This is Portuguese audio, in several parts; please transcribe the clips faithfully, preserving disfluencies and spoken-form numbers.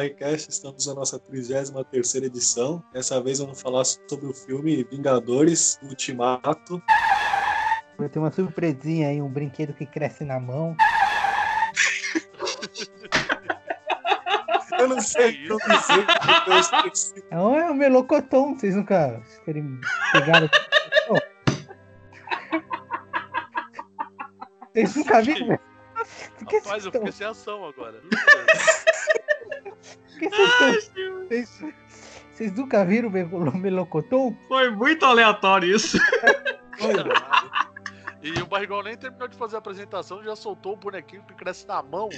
BarryCast, estamos na nossa trigésima terceira edição. Dessa vez vamos falar sobre o filme Vingadores Ultimato. Eu tenho uma surpresinha aí, um brinquedo que cresce na mão. Eu não sei o que dizer, porque eu esqueci. É um melocotão, vocês nunca querem pegar o... Vocês nunca viram? Rapaz, eu fiquei sem ação agora. Vocês, vocês nunca viram o melocotão? Foi muito aleatório isso. E o Barrigol nem terminou de fazer a apresentação, já soltou o bonequinho que cresce na mão.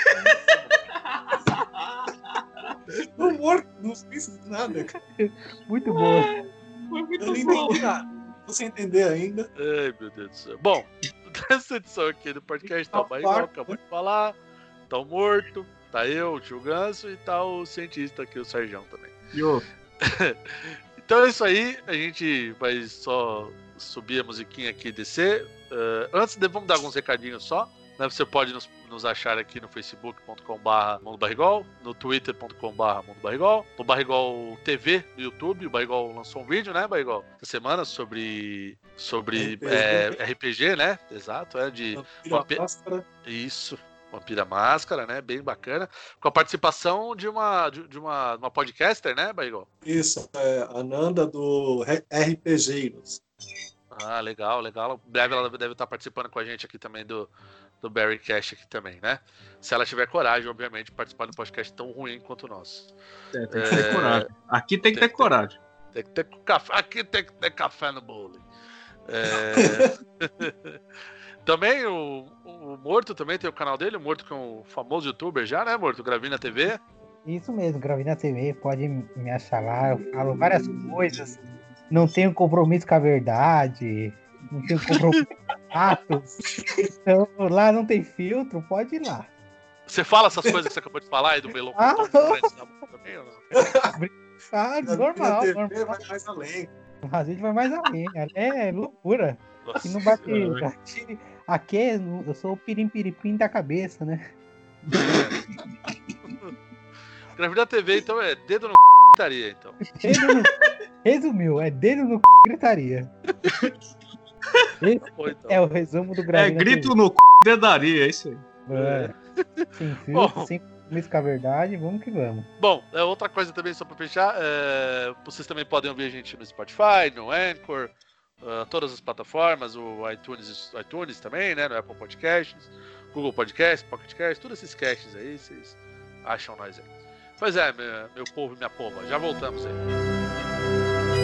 O morto não fez nada, cara. Muito bom. Foi muito Eu nem bom. entendi nada. Você entender ainda. Ai, meu Deus do céu. Bom, nessa edição aqui do podcast tá o Barrigol, acabou de falar, tá o Morto, tá eu, o Tio Ganso e tá o cientista aqui, o Serjão também. Yo. Então é isso aí, a gente vai só subir a musiquinha aqui e descer. Uh, antes, de, vamos dar alguns recadinhos só. Né? Você pode nos, nos achar aqui no facebook ponto com barra Mundo Barrigol, no twitter ponto com barra Mundo Barrigol, no Barrigol T V no YouTube. O Barrigol lançou um vídeo, né, Barrigol? Essa semana sobre, sobre R P G, é, R P G, né? Exato, é de... Vampira Máscara. Isso. Vampira Máscara, né? Bem bacana. Com a participação de uma, de, de uma, uma podcaster, né, Barrigol? Isso, é a Nanda do RPGeiros. Ah, legal, legal. Em breve ela deve estar participando com a gente aqui também do, do BarryCast aqui também, né? Se ela tiver coragem, obviamente, de participar de um podcast tão ruim quanto o nosso. É, tem que ter é... coragem. Aqui tem que tem ter coragem. Tem que ter café. Aqui tem que ter café no bolo. É... Também o, o Morto também tem o canal dele, o Morto que é um famoso youtuber já, né, Morto? Gravina T V. Isso mesmo, Gravina T V, pode me achar lá, eu falo várias coisas, não tenho compromisso com a verdade, não tenho compromisso com fatos, então lá não tem filtro, pode ir lá. Você fala essas coisas que você acabou de falar aí do Belo Ah, também ou não? Ah, normal, T V normal. vai mais além. A gente vai mais além, é loucura. Nossa, E não bate, bate, aqui eu sou o pirim-piripim da cabeça, né? Gravina T V, então, é dedo no gritaria, então. Dedo no... Resumiu, é dedo no gritaria. Esse Foi, então. é o resumo do É Gravina grito T V. no c... dedaria, é isso aí. É. Sem Bom. filtro, sem compromisso com a verdade, vamos que vamos. Bom, é outra coisa também, só pra fechar, é, vocês também podem ouvir a gente no Spotify, no Anchor, uh, todas as plataformas, o iTunes, iTunes também, né, no Apple Podcasts, Google Podcasts, Pocket Casts, todos esses casts aí, vocês acham nós aí. Pois é, meu, meu povo e minha pova, já voltamos aí.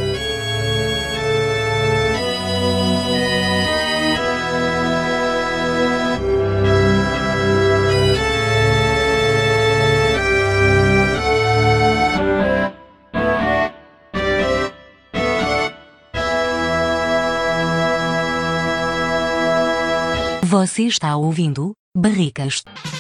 Você está ouvindo Barricas.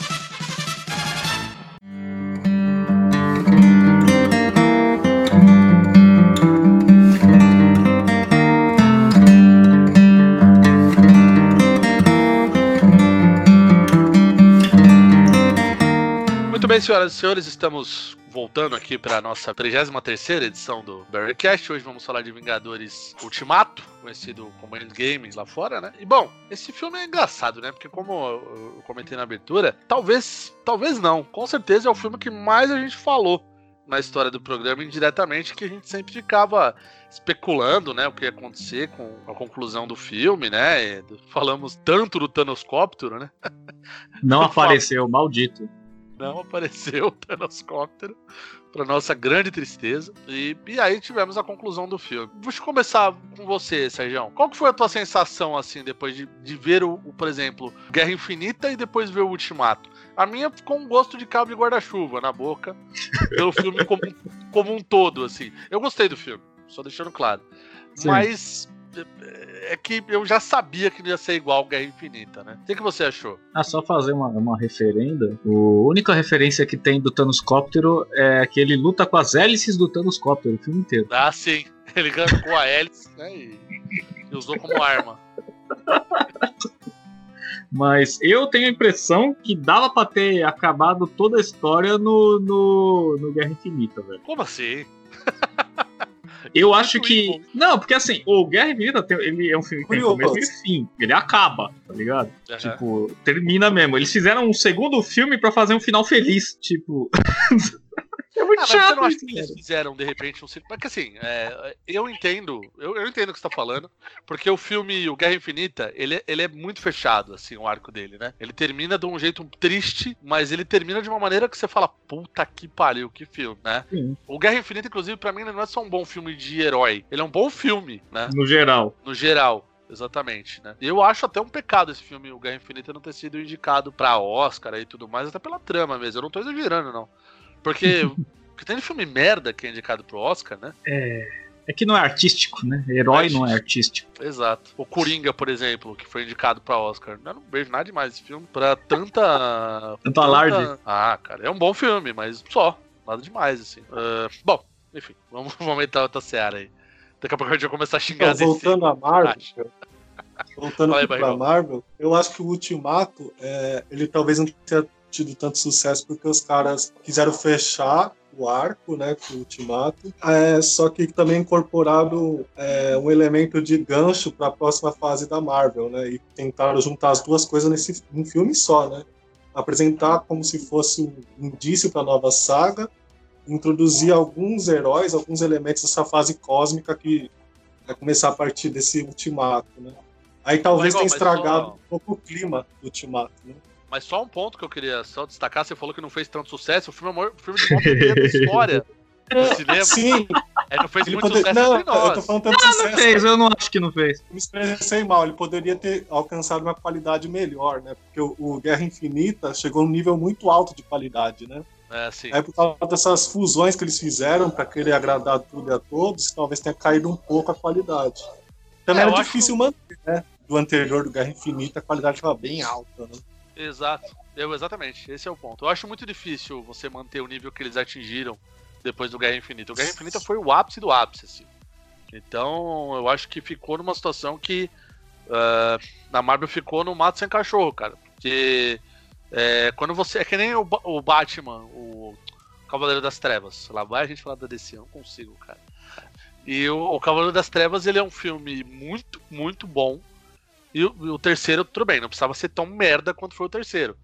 Muito bem, senhoras e senhores, estamos voltando aqui para a nossa trigésima terceira edição do BarryCast. Hoje vamos falar de Vingadores Ultimato, conhecido como Endgame lá fora, né? E bom, esse filme é engraçado, né? Porque como eu comentei na abertura, talvez, talvez não, com certeza é o filme que mais a gente falou na história do programa indiretamente, que a gente sempre ficava especulando, né, o que ia acontecer com a conclusão do filme, né? Falamos tanto do Thanoscóptero, né? Não apareceu, maldito. Não apareceu o Thanoscóptero, para nossa grande tristeza. E, e aí tivemos a conclusão do filme. Deixa eu começar com você, Sergião. Qual que foi a tua sensação, assim, depois de, de ver, o, o, por exemplo, Guerra Infinita e depois ver o Ultimato? A minha ficou um gosto de cabo de guarda-chuva na boca, pelo filme como, como um todo, assim. Eu gostei do filme, só deixando claro. Sim. Mas é que eu já sabia que não ia ser igual Guerra Infinita, né? O que, que você achou? Ah, só fazer uma, uma referenda. A única referência que tem do Thanoscóptero é que ele luta com as hélices do Thanoscóptero o filme inteiro. Ah, sim. Ele arrancou a hélice, né? E, e usou como arma. Mas eu tenho a impressão que dava pra ter acabado toda a história no, no, no Guerra Infinita, velho. Como assim? Eu acho que... Não, porque assim, o Guerra Infinita tem, ele é um filme que tem Curioso. começo e fim. Ele acaba, tá ligado? Uhum. Tipo, termina mesmo. Eles fizeram um segundo filme pra fazer um final feliz. Tipo... É muito Ah, mas chato você não acha isso, que eles cara. fizeram, de repente, um ciclo? Porque assim, é, eu entendo, eu, eu entendo o que você tá falando, porque o filme, o Guerra Infinita, ele, é- ele é muito fechado, assim, o arco dele, né? Ele termina de um jeito triste, mas ele termina de uma maneira que você fala, puta que pariu, que filme, né? Sim. O Guerra Infinita, inclusive, pra mim, ele não é só um bom filme de herói, ele é um bom filme, né? No geral. No geral. Exatamente, né? Eu acho até um pecado esse filme, o Guerra Infinita, não ter sido indicado pra Oscar e tudo mais, até pela trama mesmo. Eu não tô exagerando, não. Porque, porque tem filme merda que é indicado pro Oscar, né? É que não é artístico, né? Herói não é artístico. Exato. O Coringa, por exemplo, que foi indicado pra Oscar. Eu não vejo nada demais esse filme. Pra tanta. Tanto alarde. Ah, cara, é um bom filme, mas só. Nada demais, assim. Ah, bom, enfim, vamos vamos aumentar outra seara aí. Daqui a pouco a gente vai começar a xingar Então, voltando à Marvel, Acho. voltando Fala aí, pra Barrigão. Marvel, eu acho que o Ultimato, é, ele talvez não tenha tido tanto sucesso porque os caras quiseram fechar o arco, né, com o Ultimato, é, só que também incorporaram é, um elemento de gancho para a próxima fase da Marvel, né, e tentaram juntar as duas coisas nesse um filme só, né, apresentar como se fosse um indício para a nova saga, introduzir alguns heróis, alguns elementos dessa fase cósmica que vai começar a partir desse Ultimato, né. Aí talvez Mas, igual, tenha mas estragado só- um pouco o clima do Ultimato, né. Mas só um ponto que eu queria só destacar, você falou que não fez tanto sucesso, o filme é o maior filme de maior bilheteria da história do cinema. Sim, É, não fez ele muito poderia... sucesso Não, entre eu tô nós. falando tanto Ah, não sucesso, fez, eu não acho que não fez. me expressei mal, ele poderia ter alcançado uma qualidade melhor, né? Porque o, o Guerra Infinita chegou a um nível muito alto de qualidade, né? É, sim. Aí por causa dessas fusões que eles fizeram para querer agradar tudo e a todos, talvez tenha caído um pouco a qualidade. Também É, era eu difícil manter, né? Do anterior do Guerra Infinita, a qualidade estava bem alta, né? Exato. Eu, exatamente, esse é o ponto. Eu acho muito difícil você manter o nível que eles atingiram depois do Guerra Infinita. O Guerra Infinita foi o ápice do ápice, assim. Então, eu acho que ficou numa situação que uh, na Marvel ficou no mato sem cachorro, cara. Porque é, quando você... É que nem o, Ba- o Batman, o Cavaleiro das Trevas. Lá vai a gente falar da D C, eu não consigo, cara. E o, o Cavaleiro das Trevas, ele é um filme muito, muito bom. E o, o terceiro, tudo bem, não precisava ser tão merda quanto foi o terceiro.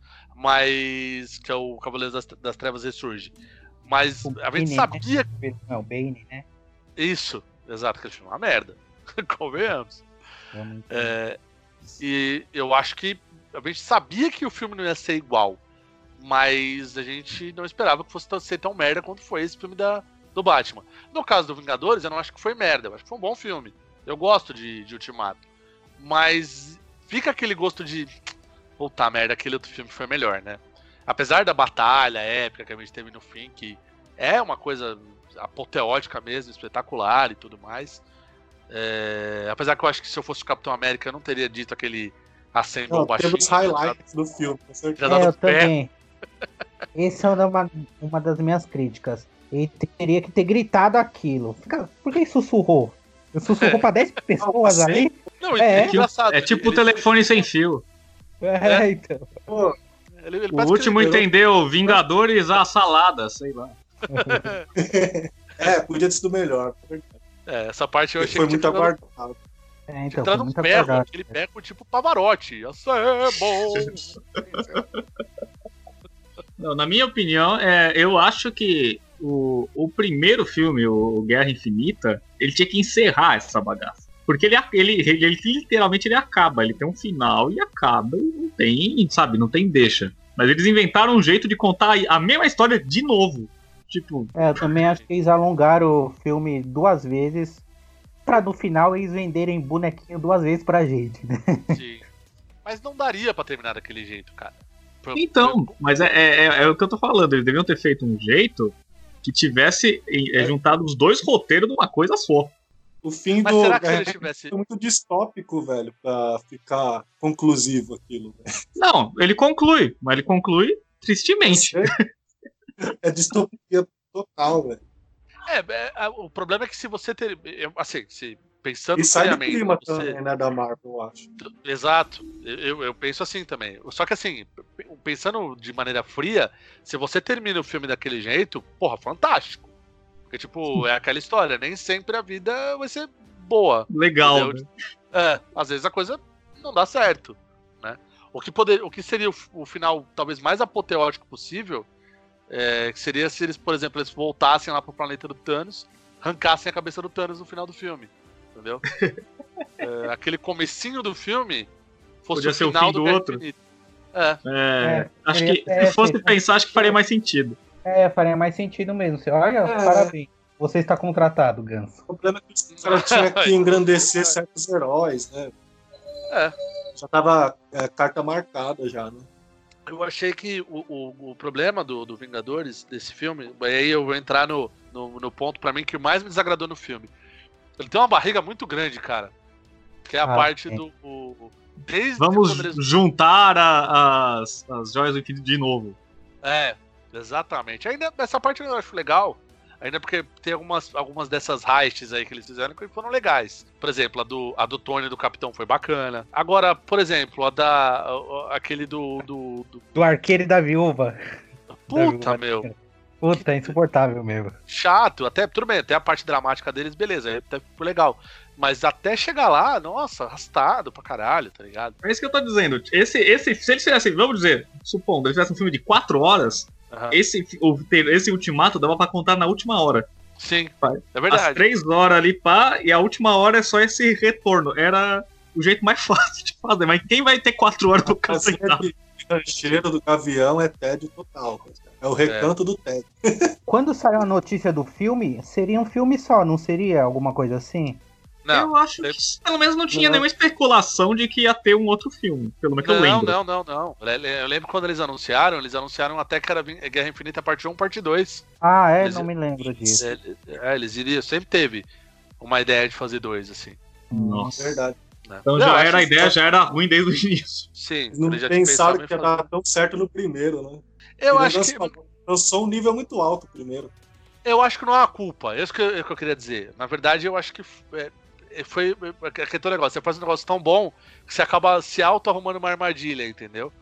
Mas. Que é o Cavaleiro das, das Trevas Ressurge. Mas O a gente Bane, sabia. né? Não, o Bane, né? Isso, exato, aquele filme é uma merda. Convenhamos. Vamos- É, e eu acho que a gente sabia que o filme não ia ser igual. Mas a gente não esperava que fosse tão- ser tão merda quanto foi esse filme da, do Batman. No caso do Vingadores, eu não acho que foi merda. Eu acho que foi um bom filme. Eu gosto de, de Ultimato. Mas fica aquele gosto de. Puta merda, aquele outro filme foi melhor, né? Apesar da batalha épica que a gente teve no fim, que é uma coisa apoteótica mesmo, espetacular e tudo mais. É, apesar que eu acho que se eu fosse o Capitão América, eu não teria dito aquele assemble Não, baixinho. temos highlights do filme, com certeza. Já dá É, no eu pé. também. Essa é uma, uma das minhas críticas. Ele teria que ter gritado aquilo. Fica- Por que sussurrou? Ele sussurrou É. pra dez pessoas assim? ali? Não, É. é, engraçado. É tipo o ele, telefone sem fio. É, então. Pô, ele, ele O parece que último ele- entendeu Vingadores a salada, sei lá. é, podia ter sido melhor. É, essa parte eu achei Foi que muito tinha ficado- aguardado. É, tinha então, entrado foi um muito berro, apagado. aquele berro tipo Pavarotti. Assemble! Não, na minha opinião, é, eu acho que o, o primeiro filme, o Guerra Infinita, ele tinha que encerrar essa bagaça. Porque ele, ele, ele, ele literalmente ele acaba, ele tem um final e acaba e não tem, sabe, não tem deixa. Mas eles inventaram um jeito de contar a mesma história de novo. Tipo, É, eu também acho que eles alongaram o filme duas vezes pra no final eles venderem bonequinho duas vezes pra gente, né? Sim. Mas não daria pra terminar daquele jeito, cara. Pro- então, mas é, é, é o que eu tô falando, eles deviam ter feito um jeito que tivesse é, juntado os dois roteiros numa coisa só. O fim Mas do será que se Guerra ele tivesse. foi muito distópico, velho, pra ficar conclusivo aquilo. Velho. Não, ele conclui, mas ele conclui tristemente. É distopia total, velho. É, é, é, o problema é que se você ter. eu- Assim, se pensando E sai do friamente, clima você... também, né, da Marvel, eu acho. Exato, eu, eu penso assim também. Só que assim, pensando de maneira fria, se você termina o filme daquele jeito, porra, fantástico. Porque, tipo, é aquela história, nem sempre a vida vai ser boa. Legal, né? É, às vezes a coisa não dá certo, né? O que, poder, o que seria o, o final talvez mais apoteótico possível, é, que seria se eles, por exemplo, eles voltassem lá pro planeta do Thanos, arrancassem a cabeça do Thanos no final do filme. Entendeu? É, aquele comecinho do filme fosse Podia o ser final o fim do, do Guerra outro. Infinita. É. É, É, acho seria que até se fosse assim, pensar, acho que faria mais sentido. É, faria mais sentido mesmo. Você, olha, É. parabéns. Você está contratado, Ganso. O problema é que os caras tinham que engrandecer certos heróis, né? É. Já tava é, carta marcada já, né? Eu achei que o, o, o problema do, do Vingadores, desse filme, aí eu vou entrar no, no, no ponto pra mim que mais me desagradou no filme. Ele tem uma barriga muito grande, cara. Que é a Ah, parte sim. do... O, desde Vamos quando eles... juntar a- as, as joias do infinito de novo. É, exatamente. Ainda essa parte eu acho legal. Ainda porque tem algumas, algumas dessas heists aí que eles fizeram que foram legais. Por exemplo, a do, a do Tony do Capitão foi bacana. Agora, por exemplo, a da. a- aquele do. do, do... Do arqueiro e da viúva. Puta, Da viúva. meu. Puta, é insuportável mesmo. Chato. Até, tudo bem, até a parte dramática deles, beleza. Aí até ficou legal. Mas até chegar lá, nossa, arrastado pra caralho, tá ligado? É isso que eu tô dizendo. Esse, esse, se eles fizessem, vamos dizer, supondo, eles fizessem um filme de quatro horas, Aham. esse, o, esse ultimato dava pra contar na última hora. Sim, Vai. é As verdade. três horas ali, pá, e a última hora é só esse retorno. Era o jeito mais fácil de fazer. Mas quem vai ter quatro horas pro cara A cena sentado? de rancheiro do Gavião é tédio total. Cara. É o recanto do tédio. Quando saiu a notícia do filme, seria um filme só, não seria alguma coisa assim? Não, eu acho eu- que pelo menos não tinha Não. nenhuma especulação de que ia ter um outro filme. Pelo menos que eu Não, lembro. não, não, não. Eu eu lembro quando eles anunciaram, eles anunciaram até que era Vin- Guerra Infinita parte um, parte dois. Ah, é? Eles- Não me lembro disso. É, é, eles iriam, sempre teve uma ideia de fazer dois, assim. Nossa. Verdade. Né? Então Não, já acho era a que- ideia, já era ruim desde o início. Sim, Eles não eles já tinham pensaram pensado em que ia fazer. dar tão certo no primeiro, né? Eu Ele acho que. lançou- Lançou um nível muito alto primeiro. Eu acho que não é uma culpa. É isso que eu, é o que eu queria dizer. Na verdade, eu acho que é, é, foi é, aquele negócio. Você faz um negócio tão bom que você acaba se auto-arrumando uma armadilha, entendeu?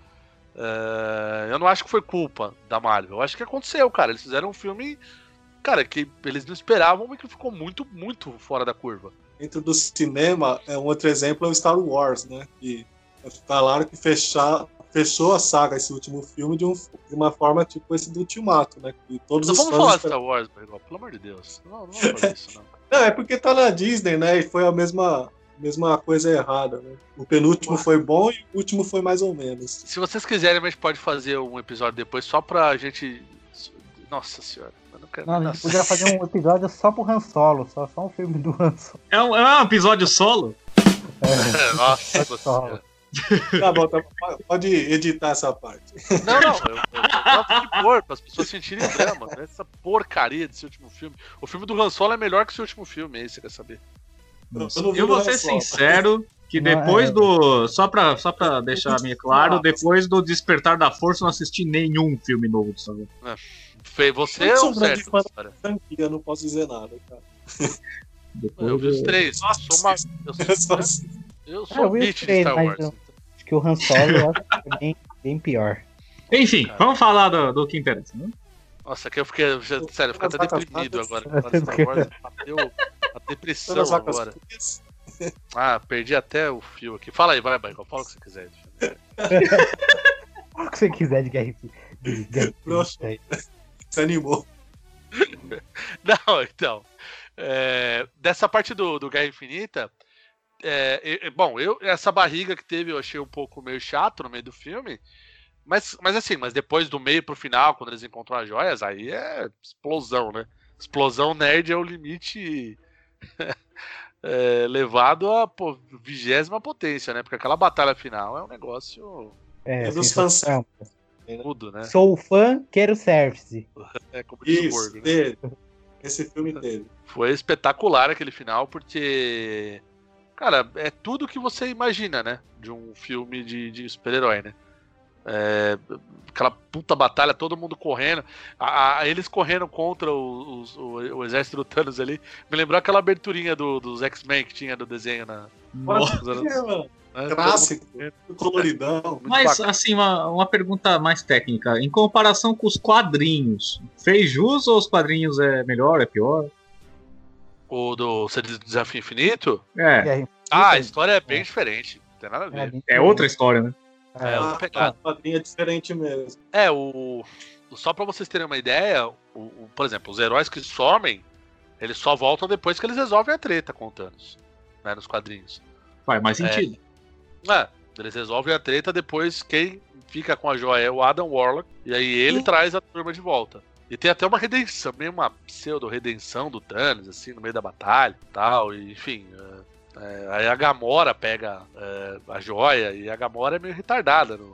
É, eu não acho que foi culpa da Marvel. Eu acho que aconteceu, cara. Eles fizeram um filme, cara, que eles não esperavam e que ficou muito, muito fora da curva. Dentro do cinema, é um outro exemplo é o Star Wars, né? Que falaram que fechar, fechou a saga, esse último filme, de, um, de uma forma tipo esse do Ultimato, né? Que todos Não os vamos fãs falar de esperam- Star Wars, Bergol, pelo amor de Deus. Não, não vamos fazer isso, não. Não, é porque tá na Disney, né? E foi a mesma, mesma coisa errada, né? O penúltimo foi bom e o último foi mais ou menos. Se vocês quiserem, a gente pode fazer um episódio depois só pra gente. Nossa senhora, eu não quero. Não, a gente Nossa. podia fazer um episódio só pro Han Solo, só, só um filme do Han Solo. É um, é um episódio solo? É, Nossa Solo. senhora. Tá bom, tá, pode editar essa parte. Não, não, eu, eu, eu gosto de pôr para as pessoas sentirem drama, né? Essa porcaria desse último filme. O filme do Han Solo é melhor que esse último filme, aí você quer saber? Eu, não vi Eu o vou Han ser Solo. sincero que Não, depois é. do. Só pra, só pra deixar meio claro, depois do Despertar da Força, eu não assisti nenhum filme novo do Star Wars. Fe- Você Eu é sou um grande certo fã nessa história. Franquia, não posso dizer nada, cara. Depois Eu vi os eu- três. Eu sou, uma, eu Eu só sou, assisto. eu Ah, sou eu vi os beat de três, Star mas Wars. eu- acho que o Han Solo eu acho que é bem, bem pior. Enfim, Cara. vamos falar do, do que interessa, né? Nossa, que eu fiquei. já- sério, eu fiquei até Todas as deprimido vacas- agora. por causa de Star Wars. Bateu a depressão Todas as vacas agora. frias. Ah, perdi até o fio aqui. Fala aí, vai, Michael. Fala o que você quiser. O que você quiser de Guerra Infinita. de Guerra Broxa. Infinita. Se animou. Não, então. é, dessa parte do, do Guerra Infinita. é, e- e- bom, eu, essa barriga que teve eu achei um pouco meio chato no meio do filme. Mas, mas assim, mas depois do meio pro final, quando eles encontram as joias, aí é explosão, né? Explosão nerd é o limite é, levado à pô, vigésima potência, né? Porque aquela batalha final é um negócio É, É dos sensacional. mudo, né? Sou fã, quero service. É como diz o Isso, Borgo, né? teve. Esse filme teve. Foi espetacular aquele final, porque, cara, é tudo que você imagina, né? De um filme de, de super-herói, né? É, aquela puta batalha, todo mundo correndo. A, a, eles correndo contra o, o, o exército do Thanos ali. Me lembrou aquela aberturinha do, dos X-Men que tinha do desenho na. Nossa, Nossa. É, clássico, coloridão. Mas, assim, uma, uma pergunta mais técnica. Em comparação com os quadrinhos, fez jus ou os quadrinhos é melhor, é pior? O do Desafio Infinito? É. Ah, a história é bem é. diferente. Não tem nada a ver. É outra história, né? É, ah, pegada. O quadrinho é diferente mesmo. É, o. Só pra vocês terem uma ideia, o, o, por exemplo, os heróis que somem, eles só voltam depois que eles resolvem a treta com o Thanos, né, nos quadrinhos. Faz mais sentido. É, é, eles resolvem a treta depois quem fica com a joia é o Adam Warlock, e aí ele hum. traz a turma de volta. E tem até uma redenção, meio uma pseudo-redenção do Thanos, assim, no meio da batalha e tal, e, enfim. É, é, aí a Gamora pega é, a joia, e a Gamora é meio retardada no.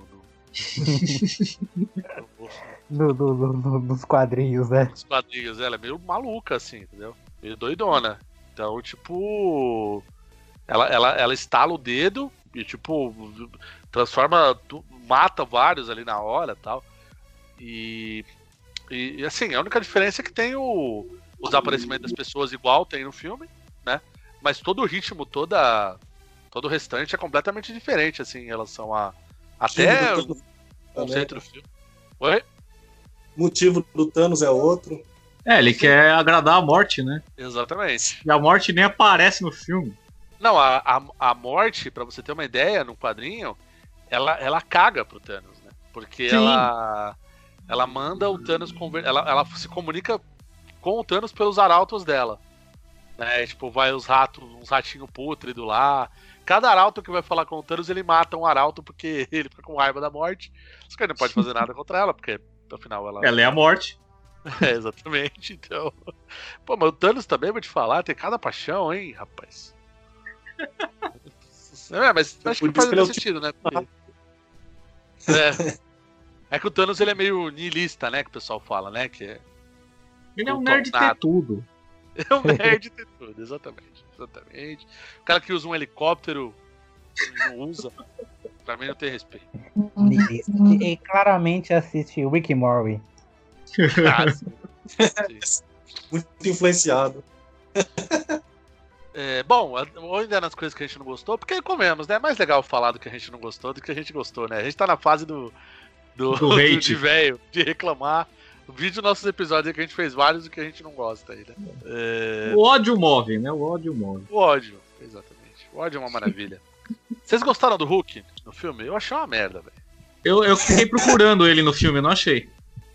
no... no, no, no nos quadrinhos, né? Nos quadrinhos, ela é meio maluca, assim, entendeu? Meio doidona. Então, tipo. Ela, ela, ela estala o dedo e, tipo, transforma. Mata vários ali na hora e tal. E. E, assim, a única diferença é que tem o, o desaparecimento das pessoas igual tem no filme, né? Mas todo o ritmo, toda, todo o restante é completamente diferente, assim, em relação a... Até o conceito do filme. Oi? O motivo do Thanos é outro. É, ele Sim. quer agradar a morte, né? Exatamente. E a morte nem aparece no filme. Não, a, a, a morte, pra você ter uma ideia, no quadrinho, ela, ela caga pro Thanos, né? Porque Sim. ela... Ela manda o Thanos conver... ela, ela se comunica com o Thanos pelos arautos dela. Né? Tipo, vai os ratos, uns ratinhos pútridos lá. Cada arauto que vai falar com o Thanos, ele mata um arauto porque ele fica com raiva da morte. Só que ele não pode fazer nada contra ela, porque afinal ela. Ela é a morte. É, exatamente. Então. Pô, mas o Thanos também, vou te falar, tem cada paixão, hein, rapaz. É, mas acho que faz muito sentido, né? Porque... É. É que o Thanos ele é meio niilista, né? Que o pessoal fala, né? Que é... Ele é um nerd de ter tudo. É um nerd de ter tudo, exatamente. Exatamente. O cara que usa um helicóptero não usa. Pra mim não tem respeito. E claramente assiste Rick and Morty. Ah, sim. Sim. Muito influenciado. É, bom, ainda nas coisas que a gente não gostou, porque comemos, né? É mais legal falar do que a gente não gostou do que a gente gostou, né? A gente tá na fase do. Do, do hate. De velho, de reclamar. Vídeo nossos episódios aí que a gente fez vários e que a gente não gosta aí, né? É... O ódio move, né? O ódio move. O ódio, exatamente. O ódio é uma maravilha. Vocês gostaram do Hulk no filme? Eu achei uma merda, velho. Eu, eu fiquei procurando ele no filme, não achei.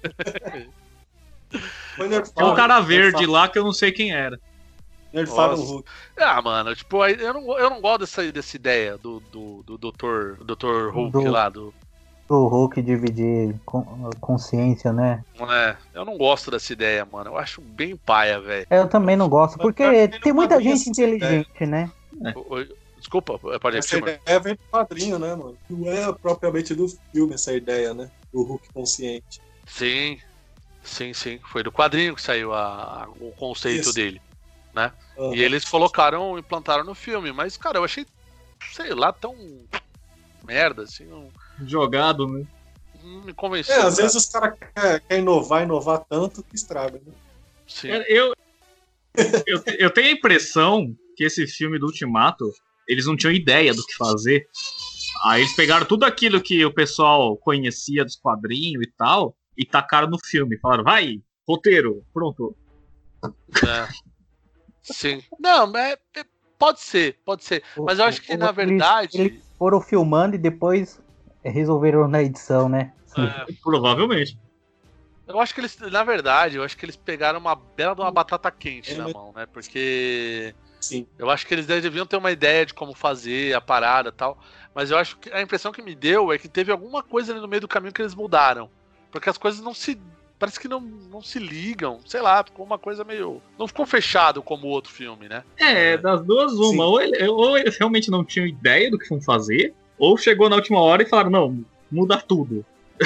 Tem um cara verde lá que eu não sei quem era. Nerfaram o Hulk. Ah, mano, tipo, eu não, eu não gosto dessa, dessa ideia do, do, do doutor, doutor Hulk do... lá, do... O Hulk dividir consciência, né? É, eu não gosto dessa ideia, mano. Eu acho bem paia, velho. Eu também não gosto, porque tem muita gente inteligente, né? É. Desculpa, pode essa repetir, ideia vem do quadrinho, né, mano? Não é propriamente do filme essa ideia, né? Do Hulk consciente. Sim, sim, sim. Foi do quadrinho que saiu a, a, o conceito Isso. dele, né? Uhum. E eles colocaram, implantaram no filme. Mas, cara, eu achei, sei lá, tão merda, assim... Um... Jogado, né? Me convenceu. É, às vezes os caras querem quer inovar, inovar tanto que estraga, né? Sim. Eu, eu, eu tenho a impressão que esse filme do Ultimato, eles não tinham ideia do que fazer. Aí eles pegaram tudo aquilo que o pessoal conhecia dos quadrinhos e tal, e tacaram no filme. Falaram, vai, roteiro, pronto. É. Sim. Não, é, é, pode ser, pode ser. Mas eu acho que, na verdade... Eles foram filmando e depois... resolveram na edição, né? É, provavelmente. Eu acho que eles, na verdade, eu acho que eles pegaram uma bela de uma batata quente é, na mão, né? Porque sim. Eu acho que eles deviam ter uma ideia de como fazer a parada e tal. Mas eu acho que a impressão que me deu é que teve alguma coisa ali no meio do caminho que eles mudaram. Porque as coisas não se... Parece que não, não se ligam. Sei lá, ficou uma coisa meio... Não ficou fechado como o outro filme, né? É, das duas uma. Ou, ele, ou eles realmente não tinham ideia do que iam fazer... Ou chegou na última hora e falaram, não, muda tudo.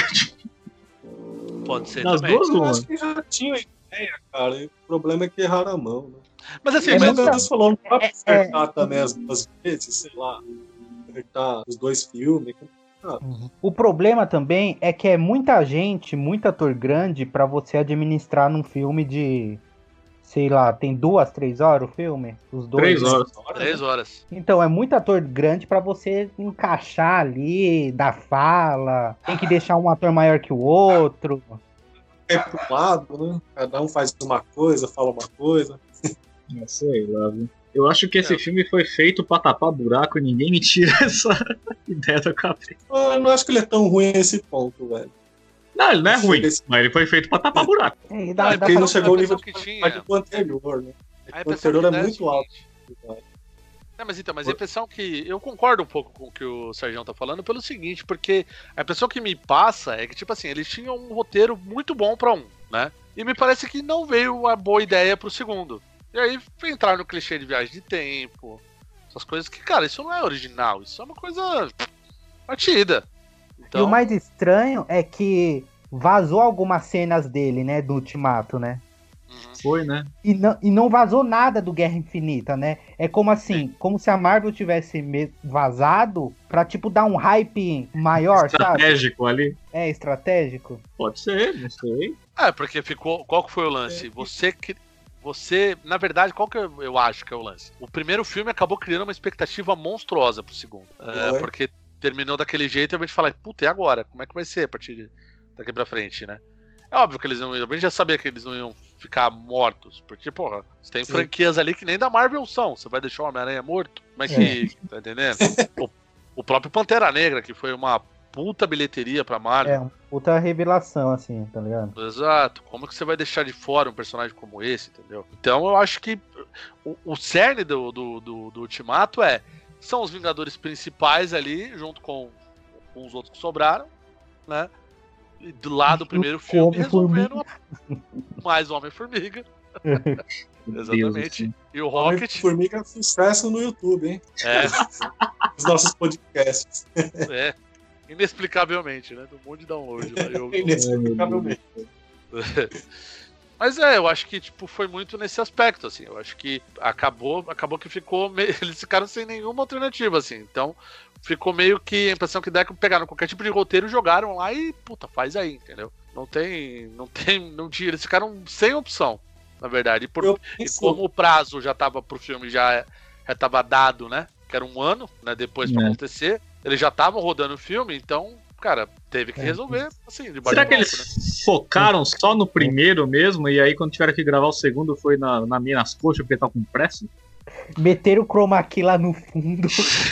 Pode ser das também. duas, eu uma. acho que já tinha ideia, cara. O problema é que erraram a mão, né? Mas assim, é, mas... Deus muita... falou, não dá pra acertar é, também as duas vezes, sei lá. Acertar os dois filmes. Uhum. O problema também é que é muita gente, muito ator grande pra você administrar num filme de, sei lá, tem duas, três horas o filme? Os dois. Três né? horas. Três horas. Então, é muito ator grande pra você encaixar ali, dar fala, tem que deixar um ator maior que o outro. É pro lado, né? Cada um faz uma coisa, fala uma coisa. Não sei lá, viu? Eu acho que esse É. filme foi feito pra tapar buraco e ninguém me tira essa ideia da cabeça. Eu não acho que ele é tão ruim nesse ponto, velho. Não, ele não é ruim, Esse- mas ele foi feito pra tapar buraco. É, e Não, dá, é dá porque ele não pra- chegou ao a nível impressão de que qualidade tinha. do anterior, né? A O impressão anterior que é dá muito o alto. seguinte. Não, mas então, mas a impressão que. Eu concordo um pouco com o que o Sérgio tá falando pelo seguinte, porque a impressão que me passa é que, tipo assim, eles tinham um roteiro muito bom pra um, né? E me parece que não veio uma boa ideia pro segundo. E aí entrar no clichê de viagem de tempo, essas coisas que, cara, isso não é original, isso é uma coisa batida. Então, E o mais estranho é que vazou algumas cenas dele, né, do Ultimato, né? uhum. Foi, né? E não, e não vazou nada do Guerra Infinita, né? É como assim, como se a Marvel tivesse me- vazado pra, tipo, dar um hype maior, sabe? Estratégico ali. É, estratégico. Pode ser, não sei. É, porque ficou. Qual que foi o lance? Você que. Você, na verdade, qual que eu, eu acho que é o lance? O primeiro filme acabou criando uma expectativa monstruosa pro segundo. É, Foi. porque terminou daquele jeito e a gente fala, puta, e agora? Como é que vai ser a partir de- daqui pra frente, né? É óbvio que eles não iam. A gente já sabia que eles não iam ficar mortos. Porque, porra, você tem Sim. franquias ali que nem da Marvel são. Você vai deixar o Homem-Aranha morto? Como é que. Tá entendendo? o, o próprio Pantera Negra, que foi uma puta bilheteria pra Marvel. É, uma puta revelação, assim, tá ligado? Exato. Como que você vai deixar de fora um personagem como esse, entendeu? Então eu acho que o, o cerne do, do, do, do Ultimato é são os Vingadores principais ali, junto com, com os outros que sobraram, né? E do lado do primeiro com filme, Homem-Formiga. resolvendo uma- mais Homem-Formiga. Meu Deus Exatamente. do céu. E o Rocket. Formiga é sucesso no YouTube, hein? É, Os nossos podcasts. é. Inexplicavelmente, né? Um monte de download lá. Eu- Inexplicavelmente. Mas é, eu acho que tipo, foi muito nesse aspecto, assim. Eu acho que acabou, acabou que ficou meio, eles ficaram sem nenhuma alternativa, assim. Então, ficou meio que a impressão que dá que pegaram qualquer tipo de roteiro, jogaram lá e, puta, faz aí, entendeu? Não tem, não tem, não tinha, eles ficaram sem opção, na verdade. E, por, Eu e penso- como o prazo já tava pro filme já já tava dado, né? Que era um ano, né, depois pra É. acontecer. Eles já estavam rodando o filme, então, cara, teve que É. resolver assim, de Será bate-volta, que né? eles focaram só no primeiro mesmo e aí quando tiveram que gravar o segundo foi na, na minha nas coxas porque tava com pressa? Meteram o chroma key lá no fundo.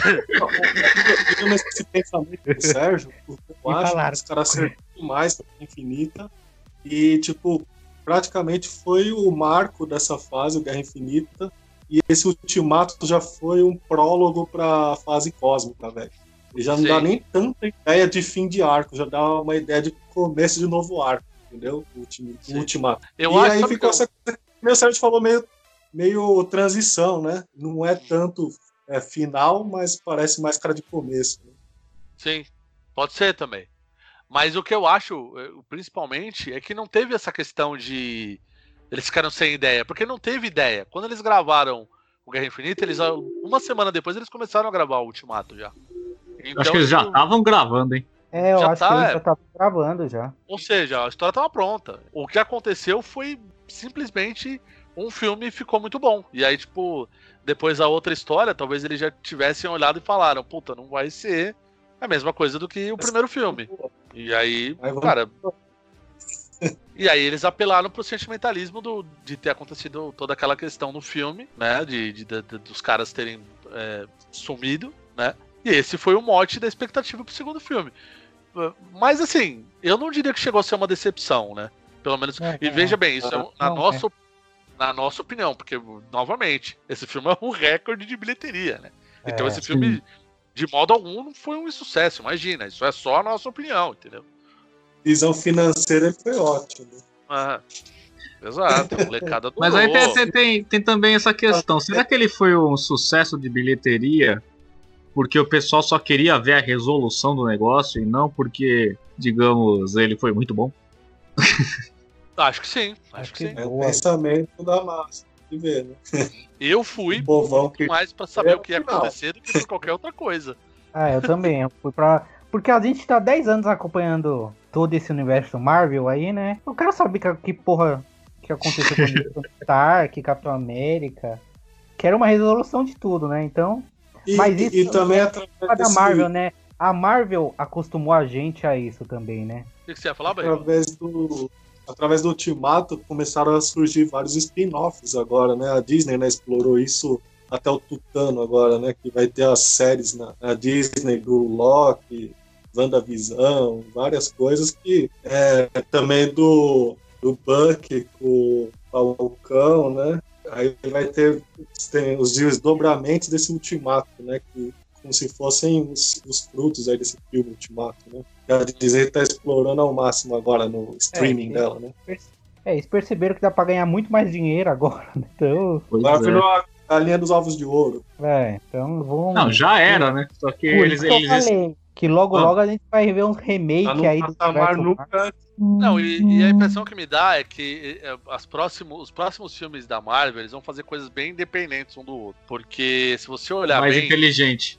Eu não esse pensamento do Sérgio, porque eu Me acho falaram. que os caras acertaram demais pra Infinita. E, tipo, praticamente foi o marco dessa fase, o Guerra Infinita. E esse Ultimato já foi um prólogo pra fase cósmica, velho. Ele já não Sim. dá nem tanta ideia de fim de arco, já dá uma ideia de começo de novo arco, entendeu? O, ulti- o Sim. Ultimato. Eu e acho aí sabe ficou que eu- essa coisa, meu Sérgio falou, meio, meio transição, né? Não é tanto é, final, mas parece mais cara de começo. Né? Sim, pode ser também. Mas o que eu acho, eh, principalmente, é que não teve essa questão de. Eles ficaram sem ideia, porque não teve ideia. Quando eles gravaram o Guerra Infinita, eles, uma semana depois eles começaram a gravar o Ultimato já. Então, Acho que eles já tipo, estavam gravando, hein? É, eu Já acho tá, que eles é. já estavam gravando já. Ou seja, a história estava pronta. O que aconteceu foi simplesmente um filme ficou muito bom. E aí, tipo, depois a outra história, talvez eles já tivessem olhado e falaram, puta, não vai ser a mesma coisa do que o primeiro filme. E aí, Aí vamos- cara. E aí eles apelaram pro sentimentalismo do, de ter acontecido toda aquela questão no filme, né? De, de- de- de- dos caras terem é, sumido, né? E esse foi o mote da expectativa pro segundo filme. Mas assim, eu não diria que chegou a ser uma decepção, né? Pelo menos. É, E veja bem, isso é um- na, não, nossa, na nossa opinião, porque, novamente, esse filme é um recorde de bilheteria, né? Então É, esse filme, de modo algum, não foi um insucesso, imagina. Isso é só a nossa opinião, entendeu? Visão financeira ele foi ótimo. Ah, exato, a molecada adorou. Mas aí tem, tem, tem, tem também essa questão. Será que ele foi um sucesso de bilheteria porque o pessoal só queria ver a resolução do negócio e não porque, digamos, ele foi muito bom? Acho que sim, acho, Acho que, que sim. É o Boa. pensamento da massa. De ver, né? Eu O fui povão que mais pra saber É o que ia o final. acontecer do que por qualquer outra coisa. Ah, eu também. Eu fui pra, Porque a gente tá dez anos acompanhando todo esse universo Marvel aí, né? Eu quero saber que, que porra que aconteceu com o Stark, Capitão América. Quero uma resolução de tudo, né? Então... E, mas isso e também é através da desse, Marvel, né? A Marvel acostumou a gente a isso também, né? O que você ia falar, Bahia? através do através do Ultimato começaram a surgir vários spin-offs agora, né? A Disney, né, explorou isso até o Tucano agora, né? Que vai ter as séries na, na Disney do Loki, WandaVision, várias coisas que é também do, do Bucky com o Falcão, né? Aí vai ter tem os desdobramentos desse Ultimato, né? Que, como se fossem os, os frutos aí desse filme Ultimato, né? A Disney está explorando ao máximo agora no streaming é, dela, né? É, eles perceberam que dá pra ganhar muito mais dinheiro agora, né? Então... Agora é. virou a galinha dos ovos de ouro. É, então vamos... Não, já era, né? Só que Por eles... isso que eles... eu falei que logo, Ah. logo a gente vai ver uns remake Tá aí do patamar universo nunca. Não, e, e a impressão que me dá é que é, as próximos, os próximos filmes da Marvel eles vão fazer coisas bem independentes um do outro. Porque se você olhar mais bem. inteligente.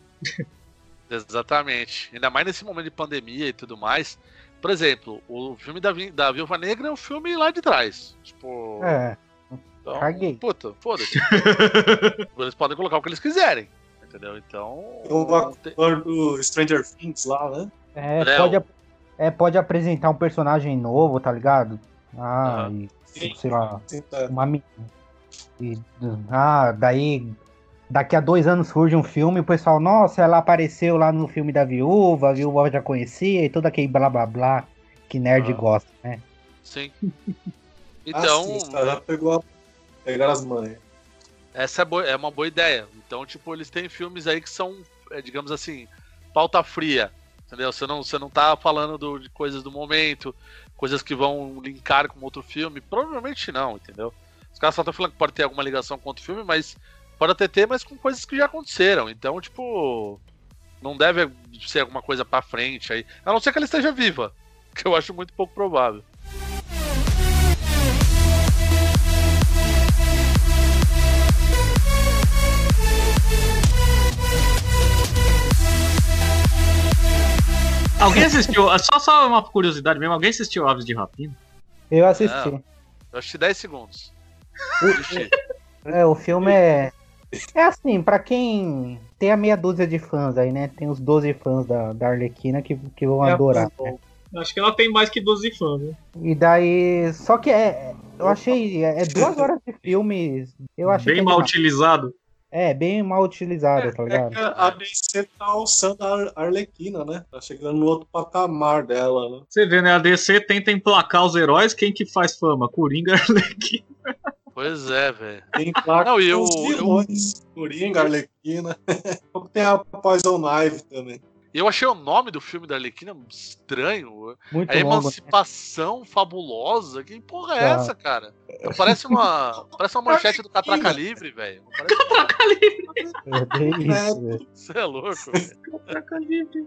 Exatamente. Ainda mais nesse momento de pandemia e tudo mais. Por exemplo, o filme da, Vi- da Viúva Negra é um filme lá de trás. Tipo. É, então, caguei. Puta, foda-se. Eles podem colocar o que eles quiserem. Entendeu? Então. O ator do Stranger Things lá, né? é, É, pode, o- ap- é, pode apresentar um personagem novo, tá ligado? Ah, Aham. e, sei lá, Assim, tá. uma menina. E, ah, daí daqui a dois anos surge um filme e o pessoal, nossa, ela apareceu lá no filme da Viúva, a Viúva já conhecia e todo aquele blá blá blá que nerd Ah. gosta, né? Sim. Ah, Então. sim, os caras já pegou a... pegaram as manhas. Essa é, boa- é uma boa ideia. Então, tipo, eles têm filmes aí que são, é, digamos assim, pauta fria. Entendeu? Você não, você não tá falando do- de coisas do momento, coisas que vão linkar com outro filme. Provavelmente não, entendeu? Os caras só estão falando que pode ter alguma ligação com outro filme, mas pode até ter, mas com coisas que já aconteceram. Então, tipo, não deve ser alguma coisa pra frente aí. A não ser que ela esteja viva, que eu acho muito pouco provável. Alguém assistiu, só, só uma curiosidade mesmo, alguém assistiu Aves de Rapina? Eu assisti. Não. Eu assisti dez segundos. O- Assisti. É, o filme é. É assim, pra quem tem a meia dúzia de fãs aí, né? Tem os doze fãs da, da Arlequina que, que vão adorar. Né? Acho que ela tem mais que doze fãs, né? E daí. Só que é. Eu achei. É duas horas de filme. Eu achei Bem que é mal demais. utilizado. É, bem mal utilizada, tá É ligado? que a D C tá alçando a Ar- Arlequina, né? Tá chegando no outro patamar dela, né? Você vê, né? A D C tenta emplacar os heróis, quem que faz fama? Coringa, Arlequina. Pois é, velho. Tem lá Não, e os eu- vilões. Coringa, Arlequina. Tem a Poison Ivy também. E eu achei o nome do filme da Arlequina estranho. Muito A longo. Né? Emancipação Fabulosa. Que porra é Tá. essa, cara? Então, parece uma parece uma manchete do Catraca Livre, velho. Não parece- Catraca livre. É bem isso, velho. Você é louco, velho. Catraca livre.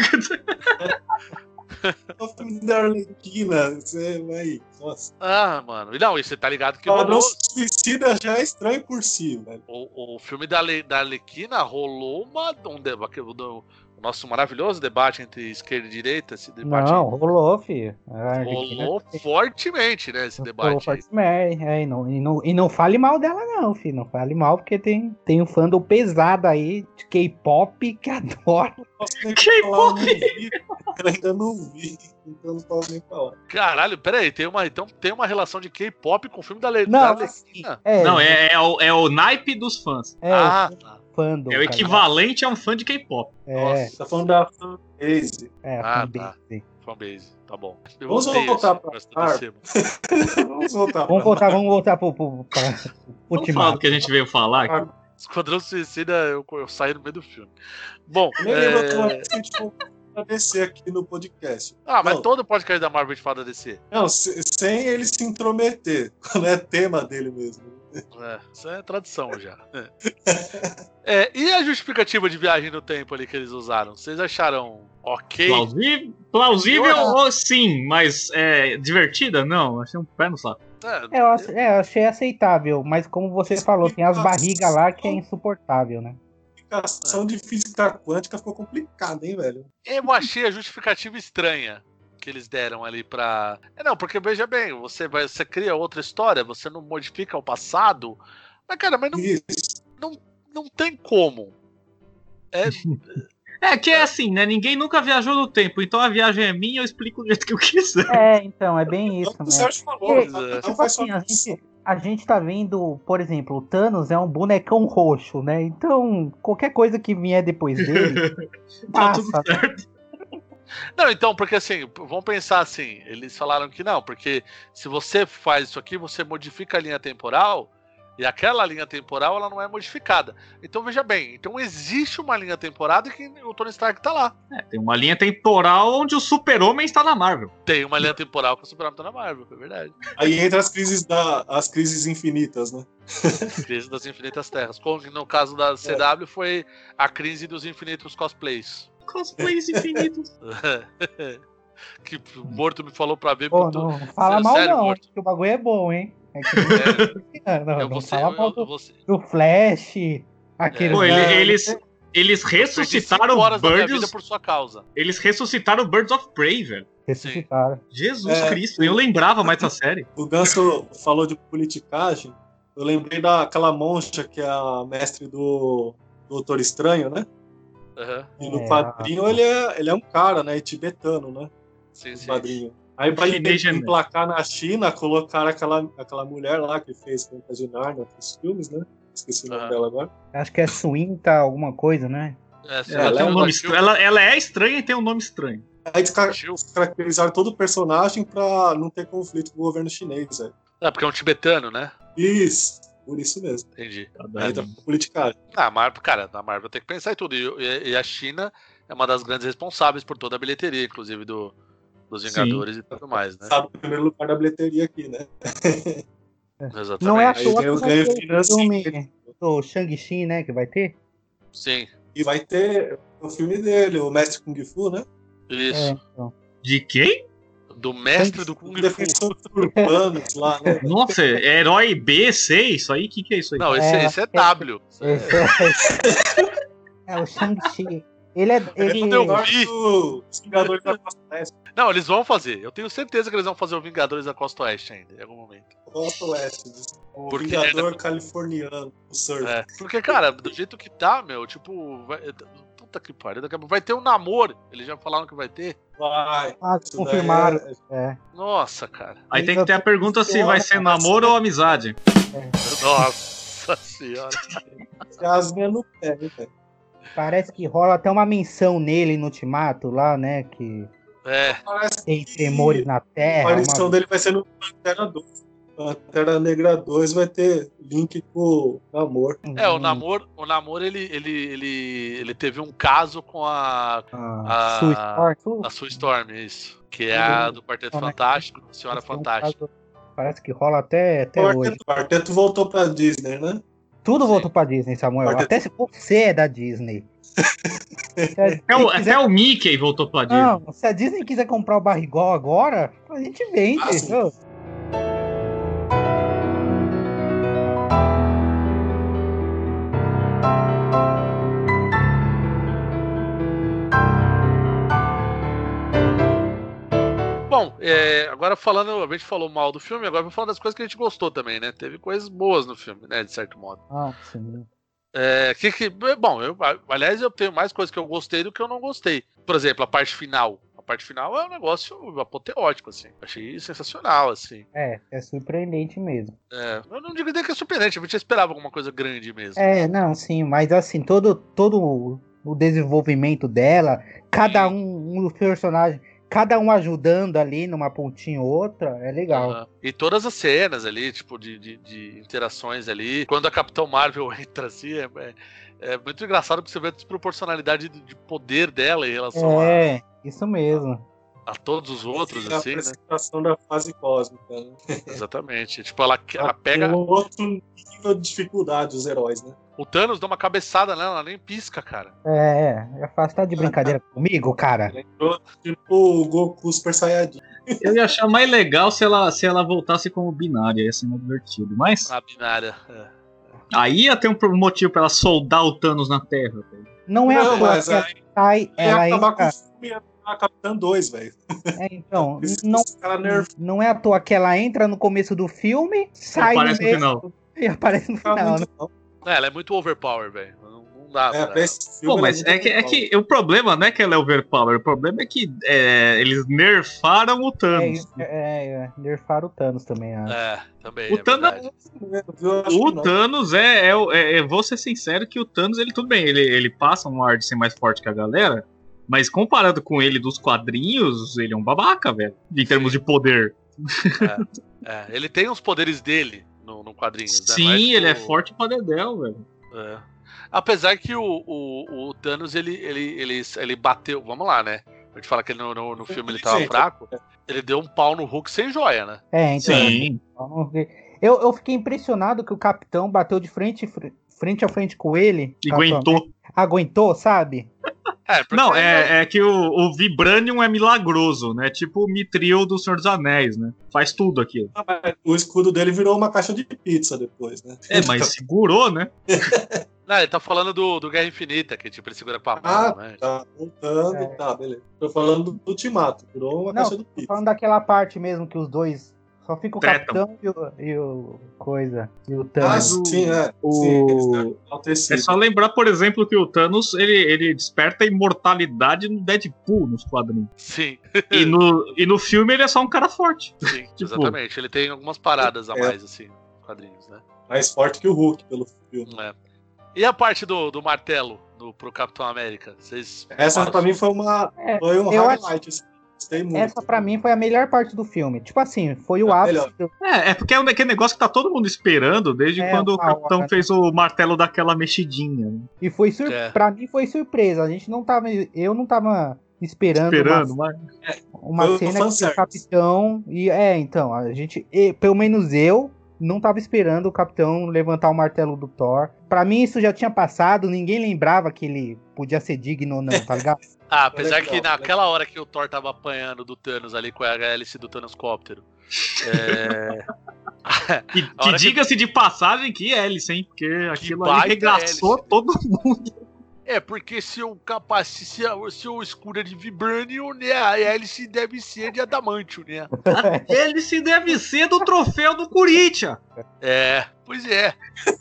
O filme da Arlequina, você vai. Nossa. Ah, mano. E não, e você tá ligado que Ela não rolou... se suicida já é estranho por si, velho. O, o filme da, Ale, da Arlequina rolou uma, um debate. O nosso maravilhoso debate entre esquerda e direita. Esse debate Não, rolou, filho. A Arlequina rolou fortemente, né? Esse rolou debate aí. forte Mary. É, e, não, e, não, e não fale mal dela, não, filho. Não fale mal, porque tem, tem um fandom pesado aí de K-pop que adora. Posso nem Que falar, eu não vi. Eu ainda não vi, então não posso nem falar. Caralho, peraí, tem uma, então tem uma relação de K-pop com o filme da, Ale, Não, da Arlequina? É, Não, é, é, o, é o naipe dos fãs. é ah, tá. o fandom. É o tá equivalente a um fã de K-pop. ligado? É, Nossa. Tá falando da fanbase. é, Ah, a fanbase. Fanbase, tá bom. Eu Vamos odeio voltar esse pra negócio do Marvel. D C, mano. Vamos voltar. Vamos pra voltar, vamos voltar pro, pro, pra, pro Vamos falar do Ultimato. que a gente veio falar aqui. Esquadrão Suicida, eu, eu saí no meio do filme. Bom, Nem lembro que é... a gente for agradecer aqui no podcast. Ah, mas Não. todo podcast da Marvel a gente fala da D C. Não, se- sem ele se intrometer, quando é tema dele mesmo. É, isso é tradição já. É, e a justificativa de viagem no tempo ali que eles usaram? Vocês acharam ok? Plausível, plausível Eu acho- ou sim, mas é, divertida? Não, achei um pé no saco. É, É, eu, ach- é, eu achei aceitável, mas como você falou, tem as barrigas lá que é insuportável, né? explicação de física quântica ficou complicada, hein, velho? Eu achei a justificativa estranha que eles deram ali pra... É, não, porque veja bem, você, vai, você cria outra história, você não modifica o passado, mas, cara, mas não, não, não tem como. É... É que é assim, né? Ninguém nunca viajou no tempo, então a viagem é minha, eu explico do jeito que eu quiser. É, então, é bem isso, O né? Sérgio falou, E, não, não tipo faz assim, só a isso. gente, a gente tá vendo, por exemplo, o Thanos é um bonecão roxo, né? Então, qualquer coisa que vier depois dele, Tá tudo passa. certo. Não, então, porque assim, vamos pensar assim, eles falaram que não, porque se você faz isso aqui, você modifica a linha temporal, e aquela linha temporal, ela não é modificada. Então, veja bem, então existe uma linha temporal e que o Tony Stark tá lá. É, tem uma linha temporal onde o Super-Homem está na Marvel. Tem uma linha temporal que o Superman tá na Marvel, é verdade. Aí entra as crises, da, as crises infinitas, né? Crise das Infinitas Terras. Como no caso da C W foi a crise dos infinitos cosplays. Cosplays infinitos. Que o Morto me falou pra ver. Pô, porque eu tô- não fala Sério, mal sério, não, Morto. que o bagulho é bom, hein? É que É, não, não, eu não vou ser- fala eu- mal eu do, vou ser- do Flash, aquele... Pô, ele- né? eles, eles perdi cinco ressuscitaram horas da minha vida Birds. por sua causa. Eles ressuscitaram Birds of Prey, velho. Ressuscitaram. Jesus É. Cristo, eu lembrava mais dessa série. O Ganso falou de politicagem. Eu lembrei daquela monja que é a mestre do Doutor Estranho, né? Aham. E no É, quadrinho ele é, ele é um cara, né? Tibetano, né? Sim, No sim. quadrinho. Aí pra Chinês, né? emplacar na China, colocaram aquela, aquela mulher lá que fez Crônicas de Nárnia nos filmes, né? Esqueci o nome Ah. dela agora. Acho que é Suinta alguma coisa, né? É, sim, Ela, ela tem é um uma nome Gil- estranho. Ela, ela é estranha e tem um nome estranho. Aí desca- Gil- descaracterizaram todo o personagem pra não ter conflito com o governo chinês, velho. É, porque é um tibetano, né? Isso, por isso mesmo. Entendi. Aí entra a politicagem. Ah, a Marvel, cara, a Marvel tem que pensar em tudo. E, e- e a China é uma das grandes responsáveis por toda a bilheteria, inclusive do, dos Vingadores e tudo mais, né? Sabe o primeiro lugar da bilheteria aqui, né? Exatamente. Não é à Aí toa ganha- que vai ganha ter o financeiro. filme do Shang-Chi, né? Que vai ter. Sim, E vai ter o filme dele, o Mestre Kung Fu, né? isso. É, então. De quem? Do mestre do Kung O Fu. defensor urbanos lá, né? Nossa, é herói B, C, isso aí? O que, que é isso aí? Não, esse É, esse é W. Isso é- Esse é, é o Shang-Chi. Ele é. Ele, Quando eu Melhor vi- que os Vingadores da Costa Oeste. Não, eles vão fazer. Eu tenho certeza que eles vão fazer o Vingadores da Costa Oeste ainda, em algum momento. Costa Oeste. O Porque- Vingador californiano, o Surf. É. Porque, cara, do jeito que tá, meu, tipo. Vai... Puta que pariu. daqui a pouco Vai ter um namoro. Eles já falaram que vai ter. Vai. ah, Isso daí confirmaram. é- É. Nossa, cara. Aí tem que ter a pergunta se vai ser namoro ou amizade. Nossa senhora. é as minhas no pé, hein, velho. Parece que rola até uma menção nele no Ultimato lá, né? Que É. Parece tem que tremores na a terra. aparição uma- dele vai ser no Pantera dois. Pantera Negra dois vai ter link com o Namor. É, o Hum, namoro, o namoro ele, ele, ele, ele teve um caso com a, a a- Sue Storm. a Sue Storm, isso. Que é a do Quarteto Como é que- Fantástico, a Senhora Esse é um Fantástica. caso- Parece que rola até, até O hoje. quarteto, o quarteto voltou pra Disney, né? Tudo Sim. voltou pra Disney, Samuel. Quarteto- Até se você é da Disney. Se a, Até o, quem quiser- até o Mickey voltou pra Disney. Não, se a Disney quiser comprar o barrigol agora, a gente vende. Ah, sim. Ô, Bom, é, agora falando, a gente falou mal do filme, agora vou falar das coisas que a gente gostou também, né? Teve coisas boas no filme, né? De certo modo. Ah, sim. É, que, que, bom, eu, aliás, eu tenho mais coisas que eu gostei do que eu não gostei. Por exemplo, a parte final. A parte final é um negócio apoteótico, assim. Achei sensacional, assim. É, é surpreendente mesmo. É, eu não digo nem que é surpreendente, a gente esperava alguma coisa grande mesmo. É, não, sim, mas assim, todo, todo o desenvolvimento dela, cada um, um dos personagens, cada um ajudando ali numa pontinha ou outra, é legal. Aham. E todas as cenas ali, tipo, de, de, de interações ali. Quando a Capitão Marvel entra assim, é, é, é muito engraçado porque você vê a desproporcionalidade de, de poder dela em relação É, isso mesmo. a, a todos os outros, E a assim, né? apresentação da fase cósmica, né? Exatamente. Tipo, ela, ela pega. Pelo outro nível de dificuldade, os heróis, né? O Thanos dá uma cabeçada nela, ela nem pisca, cara. É, é fácil, tá de brincadeira comigo, cara? Lembrou tipo o Goku Super Saiyajin. Eu ia achar mais legal se ela, se ela voltasse como binária, ia ser mais divertido. Mas A binária. É. Aí ia ter um motivo pra ela soldar o Thanos na Terra. Velho. Não é Não, à toa mas que aí- ela sai, Ia ela acabar com entra... o filme e ia a Capitã dois, velho. É, então, Esse- não, esse cara nerf- não é à toa que ela entra no começo do filme, sai no aparece no meio final. e aparece no Tá final, né? muito bom. É, ela é muito overpower, velho. Não, não dá É, pra... pra esse filme. Pô, ela mas muito é que, é overpower. que o problema não é que ela é overpower, o problema é que é, eles nerfaram o É, Thanos. é, é, nerfaram o Thanos também, acho. É, também, O é Thanos- verdade. Eu acho O que não. Thanos é, é, é, é- vou ser sincero que o Thanos, ele tudo bem, ele, ele passa um ar de ser mais forte que a galera, mas comparado com ele dos quadrinhos, ele é um babaca, velho, em termos de poder. É, ele tem os poderes dele no, no quadrinhos, né? Sim, Não ele é tipo- forte pra dedéu, velho. É. Apesar que o, o, o Thanos, ele, ele, ele, ele bateu. Vamos lá, né? A gente fala que ele no, no, no filme ele tava Sim. fraco. Ele deu um pau no Hulk sem joia, né? É, então. Sim. Eu, eu fiquei impressionado que o capitão bateu de frente, fr- frente a frente com ele. E Capitão aguentou. Aguentou, sabe? É, porque Não, é, é que o, o Vibranium é milagroso, né? Tipo o Mithril do Senhor dos Anéis, né? Faz tudo aquilo. Ah, mas o escudo dele virou uma caixa de pizza depois, né? É, mas segurou, né? Não, ele tá falando do, do Guerra Infinita, que tipo, ele segura com a mão, Ah, né? tá voltando, É. tá, beleza. Tô falando do Ultimato, virou uma Não, caixa de Tô pizza. falando daquela parte mesmo que os dois. Só fica o Tretam. capitão e o, e o. Coisa. E o Ah, Thanos. sim, é. o- Sim, eles deram um tecido. É só lembrar, por exemplo, que o Thanos, ele, ele desperta a imortalidade no Deadpool, nos quadrinhos. Sim, E no, e no filme ele é só um cara forte. sim, Tipo- exatamente. Ele tem algumas paradas a É. mais, assim, nos quadrinhos, né? Mais forte que o Hulk, pelo filme. É. E a parte do, do martelo do, pro Capitão América? Vocês. Essa pra mim foi uma É, foi um eu highlight. assim. Gostei muito. Essa pra mim foi a melhor parte do filme. Tipo assim, foi o Ah, ápice. melhor. do- É, é porque é um daquele negócio que tá todo mundo esperando desde É, quando o uma Capitão hora. fez o martelo daquela mexidinha. Né? E foi sur... É. pra mim foi surpresa. A gente não tava. Eu não tava esperando, Esperando, uma, mas... uma Foi o cena que o fanservice. capitão. E é, então, a gente. e, pelo menos eu. Não tava esperando o capitão levantar o martelo do Thor. Pra mim isso já tinha passado, ninguém lembrava que ele podia ser digno ou não, tá ligado? Ah, apesar Legal, que legal. naquela hora que o Thor tava apanhando do Thanos ali com a hélice do Thanoscóptero. É... E, A hora que que- diga-se de passagem que hélice, hein? Porque aquilo baita ali regaçou hélice. todo mundo. É, porque se o capacete, se, a- se o escudo é de Vibranium, né, a hélice deve ser de Adamantio, né? Hélice deve ser do troféu do Corinthians. É, pois é.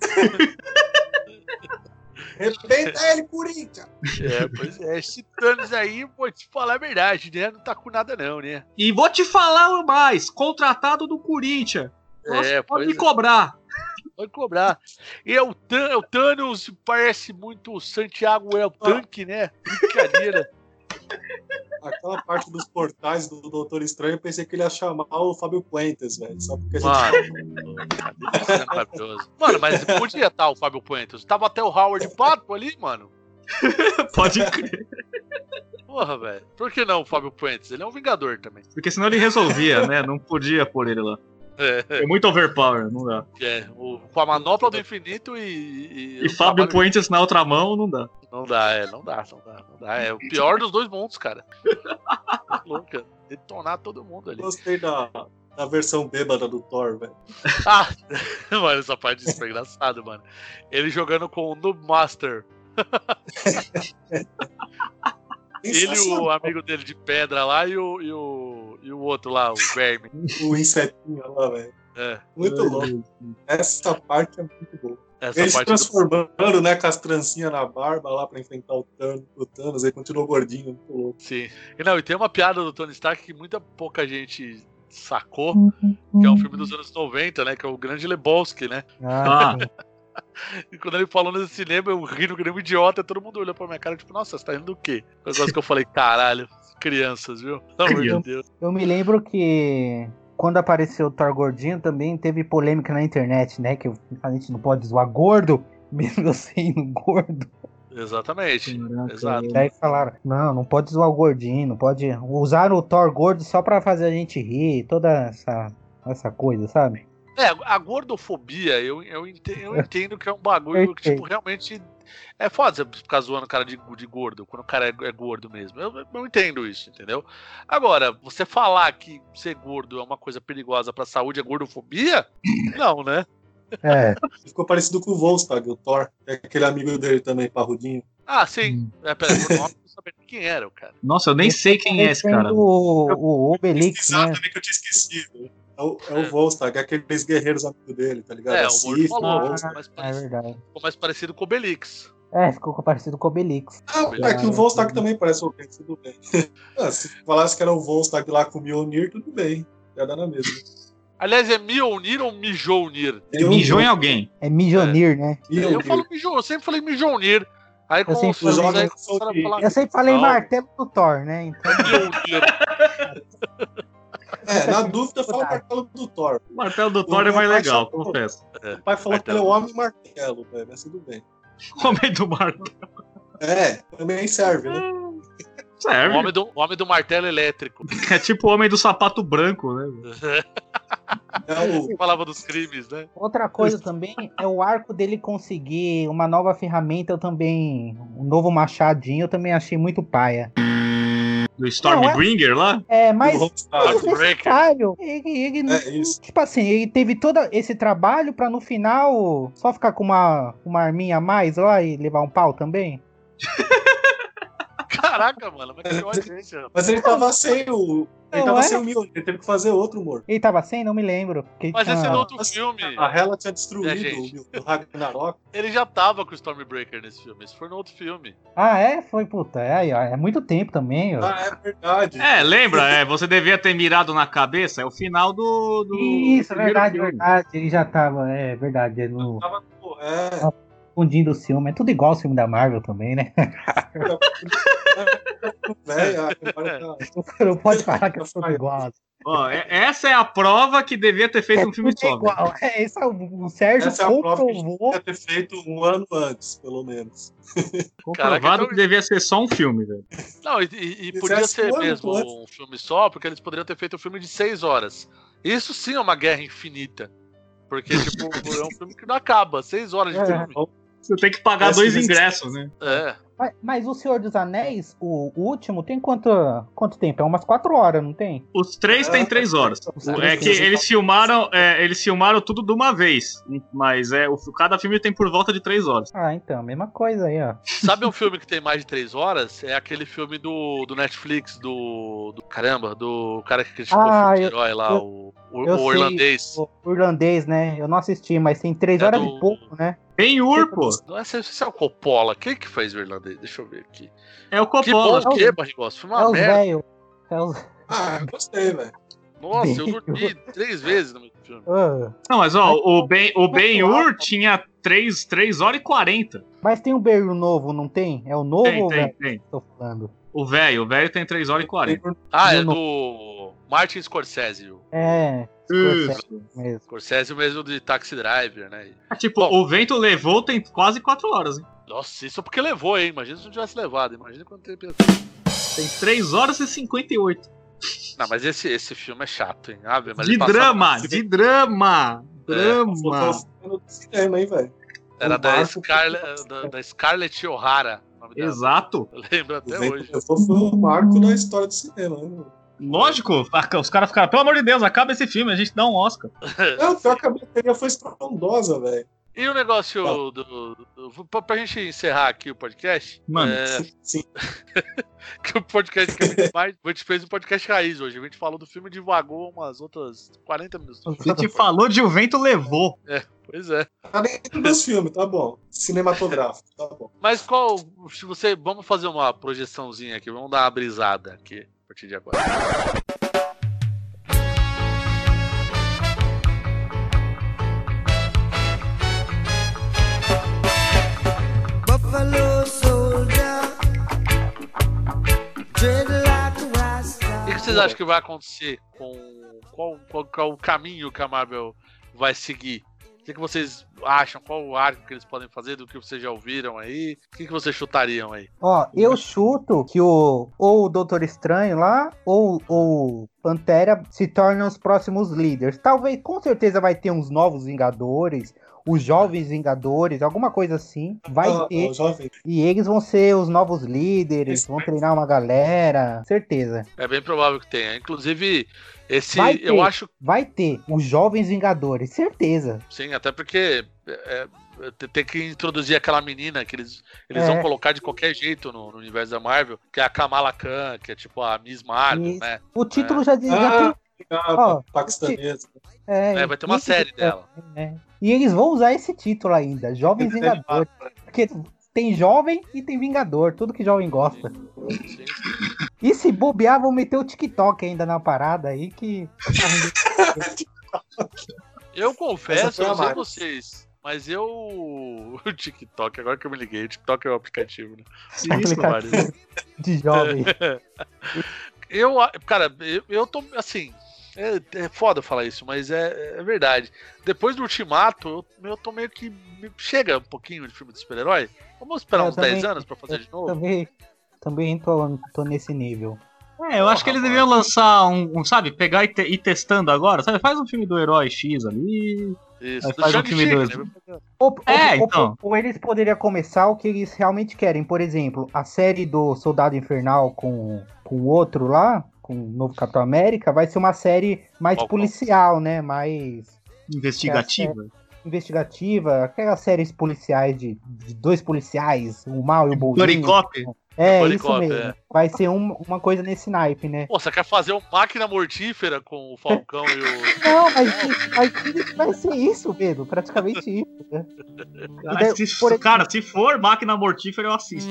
Arrebenta ele, Corinthians! É, pois é. Esse Thanos aí, vou te falar a verdade, né? Não tá com nada não, né? E vou te falar mais, contratado do Corinthians. Nossa, É, pode pois me é. cobrar. Pode cobrar. E é o, Than- é o Thanos, parece muito o Santiago é o tanque, né? Brincadeira. Aquela parte dos portais do Doutor Estranho, eu pensei que ele ia chamar o Fábio Puentes, velho. Só porque a gente. Mano, isso é maravilhoso. Mano, mas podia estar o Fábio Puentes. Tava até o Howard Pato ali, mano. Pode crer. Porra, velho. Por que não o Fábio Puentes? Ele é um vingador também. Porque senão ele resolvia, né? Não podia pôr ele lá. É, É muito overpower, não dá. é. O, com a manopla do infinito e. E, E o Fábio trabalho- Puentes na outra mão, não dá. Não dá, é, não dá, não dá, não dá. É o pior dos dois mundos, cara. Tá louco, cara. Detonar todo mundo ali. Gostei da, da versão bêbada do Thor, velho. Ah, mano, essa parte disso foi engraçado, mano. Ele jogando com o Noob Master. Ele e o amigo dele de pedra lá e o, e o, e o outro lá, o verme. O insetinho lá, velho. É, Muito louco. Essa parte é muito boa. essa Ele se parte do... transformando, né, com as trancinhas na barba lá pra enfrentar o Thanos. O Thanos aí continuou gordinho, muito louco. Sim. E não, e tem uma piada do Tony Stark que muita pouca gente sacou, que é um filme dos anos noventa, né? Que é o Grande Lebowski, né? Ah, Ah, E quando ele falou no cinema, eu ri no grande idiota, todo mundo olhou pra minha cara, tipo, nossa, você tá rindo do quê? O negócio que eu falei, caralho, crianças, viu? Pelo amor de Criança. Deus. eu me lembro que quando apareceu o Thor gordinho também teve polêmica na internet, né? Que a gente não pode zoar gordo, mesmo eu sendo gordo. Exatamente. caraca. Exato. Daí falaram, não, não pode zoar o gordinho, não pode usar o Thor gordo só pra fazer a gente rir, toda essa, essa coisa, sabe? É, a gordofobia, eu, eu, entendo, eu entendo que é um bagulho que, tipo, realmente é foda você ficar zoando o cara de, de gordo, quando o cara é, é gordo mesmo. Eu, eu entendo isso, entendeu? Agora, você falar que ser gordo é uma coisa perigosa pra saúde é gordofobia? Não, né? É. Ficou parecido com o Volstagg, o Thor. É aquele amigo dele também, parrudinho. Ah, sim. É, pera, por nome, não sabia quem era o cara. Nossa, eu nem sei quem é esse cara. O, o Obelix, né? Também que eu tinha esquecido. É o, é o Volstagg, é aqueles guerreiros amigos dele, tá ligado? É, a o Sif, Morto falou. o Ficou Volstagg. mais, É parecido, verdade. ficou mais parecido com o Obelix. É, ficou parecido com o Obelix. Ah, é que o Volstagg também parece o Obelix, tudo bem. Ah, se falasse que era o Volstagg lá com o Mjolnir, tudo bem. Já dá na mesma. Aliás, é Mjolnir ou Mjolnir? Mijou em alguém. É Mijonir, né? Mjolnir. Eu falo Mjolnir, eu sempre falei Mjolnir. Aí com sempre os filmes falei- aí começaram a falar Eu sempre falei Não. martelo do Thor, né? Então, Mjolnir. É, na dúvida, fala o martelo do Thor. O martelo do Thor é mais legal, confesso. O pai falou que ele é o homem martelo, velho, mas tudo bem. Homem do martelo. É, também serve, né? O Serve. homem, do, o homem do martelo elétrico. É tipo o homem do sapato branco, né? É o, Falava dos crimes, né? outra coisa também é o arco dele conseguir uma nova ferramenta. Eu também. Um novo machadinho, eu também achei muito paia. Do Stormbringer lá. É, mas. o Volstagg. Mas necessário. Ele, ele não- É isso. Tipo assim, ele teve todo esse trabalho pra no final só ficar com uma, uma arminha a mais lá e levar um pau também. Caraca, mano, mas que ódio, gente. Mas ele tava sem o. Ele Não tava é? sem o Mjolnir, ele teve que fazer outro morto. Ele tava sem? Não me lembro. Porque Mas tinha- esse é do outro Nossa, filme. A Hela tinha destruído É, gente. o, o Ragnarok. Ele já tava com o Stormbreaker nesse filme. Esse foi no outro filme. Ah, é? Foi, puta. É, aí, ó, é muito tempo também. Ó. Ah, é verdade. É, lembra? É, você devia ter mirado na cabeça. É o final do. do Isso, do é verdade, primeiro filme. verdade. Ele já tava, é verdade. É no, Tava, pô, é. fundindo o filme. É tudo igual o filme da Marvel também, né? Velho, a memória tá- Não pode falar que é tudo igual. Ó, é- essa é a prova que devia ter feito É um filme tudo só. velho. igual. É, esse é o, o Sérgio Essa é a prova que a gente comprovou. devia ter feito um ano antes, pelo menos. Comprovado Caraca, então- que devia ser só um filme, velho. Não, e, e- e Fizesse podia ser um ano mesmo antes. um filme só, porque eles poderiam ter feito um filme de seis horas. Isso sim é uma guerra infinita. Porque, tipo, é um filme que não acaba. Seis horas de É. filme. Você tem que pagar Parece dois que- ingressos, né? É. Mas, mas o Senhor dos Anéis, o, o último, tem quanto, quanto tempo? É umas quatro horas, não tem? Os três têm três horas. Os É três que têm- eles filmaram, é, eles filmaram tudo de uma vez. Mas é, o, cada filme tem por volta de três horas. Ah, então, mesma coisa aí, ó. Sabe um filme que tem mais de três horas? É aquele filme do, do Netflix, do, do. Caramba, do cara que criticou Ah, o filme de eu- herói lá, eu- o, o, eu o sei. irlandês. O irlandês, né? Eu não assisti, mas tem três É horas do- e pouco, né? Tem Urpo. Não é se se é o Coppola. Quem que fez o irlandês? Deixa eu ver aqui. É o Que bom Coppola. que, Barrigoso? Foi É uma os merda. velhos. É os... Ah, eu gostei, velho. Nossa, eu Velho. dormi três vezes no meio do filme. Ah, Não, mas ó, o Ben, o Ben-Hur tinha três, três horas e quarenta. mas tem um Beiro novo, não tem? É o novo Tem, ou o tem, velho tem. que eu tô falando? O velho, o velho tem três horas e quarenta. Ah, é Eu não- do Martin Scorsese. O É, Scorsese mesmo. Scorsese, o mesmo de Taxi Driver, né? Ah, tipo, o vento levou tem quase quatro horas, hein? Nossa, isso é porque levou, hein? Imagina se não tivesse levado. Imagina quanto tempo ia Tem três horas e cinquenta e oito. Não, mas esse, esse filme é chato, hein? Ah, mas De ele passava- drama, de drama. É, Drama. No cinema, hein, velho. Era O da, barco- Scarlett, da, da Scarlett O'Hara. o nome dela. Exato. Eu lembro até O Vento hoje. Levou foi um marco na história do cinema, né? Lógico, os caras ficaram, pelo amor de Deus, acaba esse filme, a gente dá um Oscar. Não, pior que a bilheteria foi estrondosa, velho. E o negócio do, do, do- pra, pra gente encerrar aqui o podcast, Mano, é, Sim. que o podcast que a gente faz, a gente fez um podcast raiz hoje. A gente falou do filme e divagou umas outras quarenta minutos. a gente falou de O Vento Levou. Pois é. Tá dentro dos filmes, tá bom. Cinematográfico, tá bom. Mas qual, se você, vamos fazer uma projeçãozinha aqui, vamos dar uma brisada aqui a partir de agora. Buffalo soldier, dread like a rasta. O que que vocês acham que vai acontecer com qual, qual, qual o caminho que a Marvel vai seguir? O que, que vocês acham? Qual o arco que eles podem fazer do que vocês já ouviram aí? O que, que vocês chutariam aí? Ó, eu chuto que o ou o Doutor Estranho lá, ou o Pantera se tornam os próximos líderes. Talvez, com certeza vai ter uns novos Vingadores, os Jovens Vingadores, alguma coisa assim. Vai Ah, ter. ó, jovem. E eles vão ser os novos líderes, vão treinar uma galera. Certeza. É bem provável que tenha. Inclusive, esse. Vai ter. Eu acho. Vai ter os Jovens Vingadores, certeza. Sim, até porque. É, é, tem que introduzir aquela menina que eles, eles É. vão colocar de qualquer jeito no, no universo da Marvel, que é a Kamala Khan, que é tipo a Miss Marvel, Isso. né? O título já, diz- já Ah, tem. ah, Ó, paquistanesa. É, É, vai ter uma isso- série dela. é. E eles vão usar esse título ainda, Jovens Vingadores. Porque tem jovem e tem Vingador, tudo que jovem gosta. Sim, sim. E se bobear, vão meter o TikTok ainda na parada aí que. Eu confesso, foi eu a não sei mais. vocês, mas eu. O TikTok, agora que eu me liguei, o TikTok é o aplicativo, né? Aplicativo Mário. de jovem. Eu, cara, eu, eu tô assim. É, é foda falar isso, mas é, é verdade. Depois do Ultimato, eu, eu tô meio que. me- Chega um pouquinho de filme de super-herói. Vamos esperar Eu uns dez também- anos pra fazer de novo? Também, também tô, tô nesse nível. É, eu acho que eles Porra, deviam lançar um, um, sabe, pegar e te- ir testando agora, sabe? Faz um filme do herói X ali. Isso, Aí do faz um Shang-Chi, filme dois. né? Ou, É, ou- então. ou- ou eles poderiam começar o que eles realmente querem. Por exemplo, a série do Soldado Infernal com, com o outro lá, com o novo Capitão América, vai ser uma série mais Qual, qual? policial, né? Mais Investigativa. investigativa. Aquelas séries policiais de, de dois policiais, o mal e o Buddy bolinho. Cop. É, Buddy isso Cop, mesmo. é. Vai ser um- uma coisa nesse naipe, né? Pô, você quer fazer um máquina mortífera com o Falcão e o. Não, mas, mas vai ser isso, Pedro. Praticamente isso. Né? Ah, daí, se- por exemplo- cara, se for máquina mortífera, eu assisto.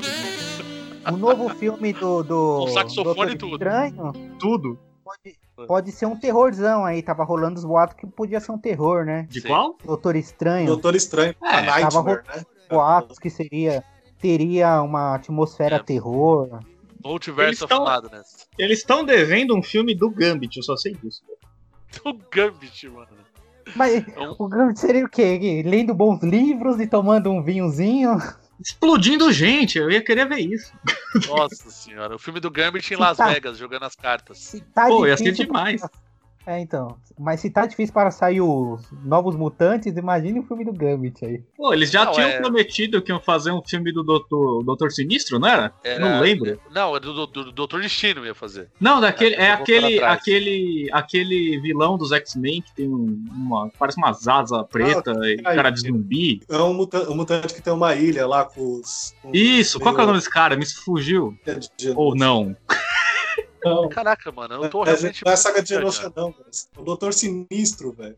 O novo filme do, do Com saxofone e Doutor tudo. Estranho Tudo. pode, pode ser um terrorzão aí. Tava rolando os boatos que podia ser um terror, né? De Sim. qual? Doutor Estranho, Doutor Estranho. É, a tava Nightmare, né? boatos que seria teria uma atmosfera É. terror. Multiverse Eles of tão- Madness. Eles estão devendo um filme do Gambit, eu só sei disso. O Gambit, mano. Mas É um- o Gambit seria o quê? Lendo bons livros e tomando um vinhozinho? Explodindo gente, eu ia querer ver isso. Nossa senhora, o filme do Gambit em Las Tá. Vegas, jogando as cartas. Se tá Pô, ia ser difícil demais. É, então. Mas se tá difícil para sair os novos mutantes, imagine o filme do Gambit aí. Pô, eles já Não, tinham é- prometido que iam fazer um filme do Doutor, Doutor Sinistro, não era? Era- Não lembro. Não, é do, do, do Doutor Destino ia fazer. Não, daquele, Ah, é eu vou aquele, para trás. aquele, aquele vilão dos X-Men que tem um- uma. Parece umas asas preta e aí. cara de zumbi. É um mutante, um mutante que tem uma ilha lá com os. com Isso, qual que é o meio- nome desse cara? Me fugiu. de- Ou não? Não, Caraca, mano, eu tô é, realmente. não é saga de Genosha, não, velho. O Doutor Sinistro, velho.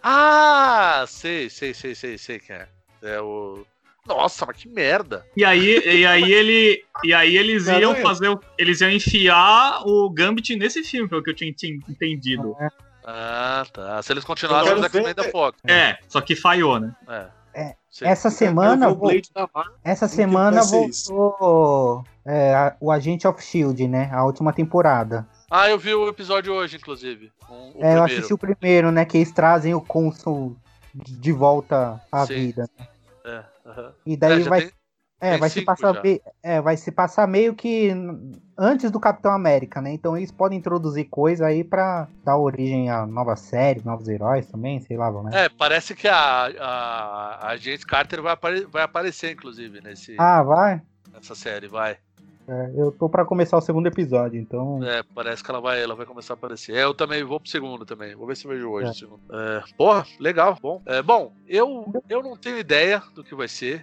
Ah, sei, sei, sei, sei, sei quem é. É o. Nossa, mas que merda. E aí, e aí ele. E aí eles Não, iam não é. fazer. o- Eles iam enfiar o Gambit nesse filme, pelo que eu tinha tinha entendido. Ah, tá. Se eles continuarem Eu os quero X-Men ver- da Fox. É, só que falhou, né? É. É, Sei. Essa Eu quero semana, ver o Blade da Marvel. essa que semana vai ser isso? voltou é, a- o Agente of Shield, né? A última temporada. Ah, eu vi o episódio hoje, inclusive. Um, o É, eu primeiro. assisti o primeiro, né? Que eles trazem o Consul de volta à Sim. vida. É, aham. E daí É, já vai, tem- é, tem vai se cinco passar já. be- é, vai se passar meio que n- antes do Capitão América, né? Então eles podem introduzir coisa aí pra dar origem a novas séries, novos heróis também, sei lá, né? É, parece que a, a, a Agente Carter vai, apare- vai aparecer, inclusive, nesse, Ah, vai? nessa série, vai. É, eu tô pra começar o segundo episódio, então. É, parece que ela vai, ela vai começar a aparecer. É, eu também vou pro segundo também. Vou ver se eu vejo hoje É. o segundo. É, porra, legal, bom. É, bom, eu, eu não tenho ideia do que vai ser.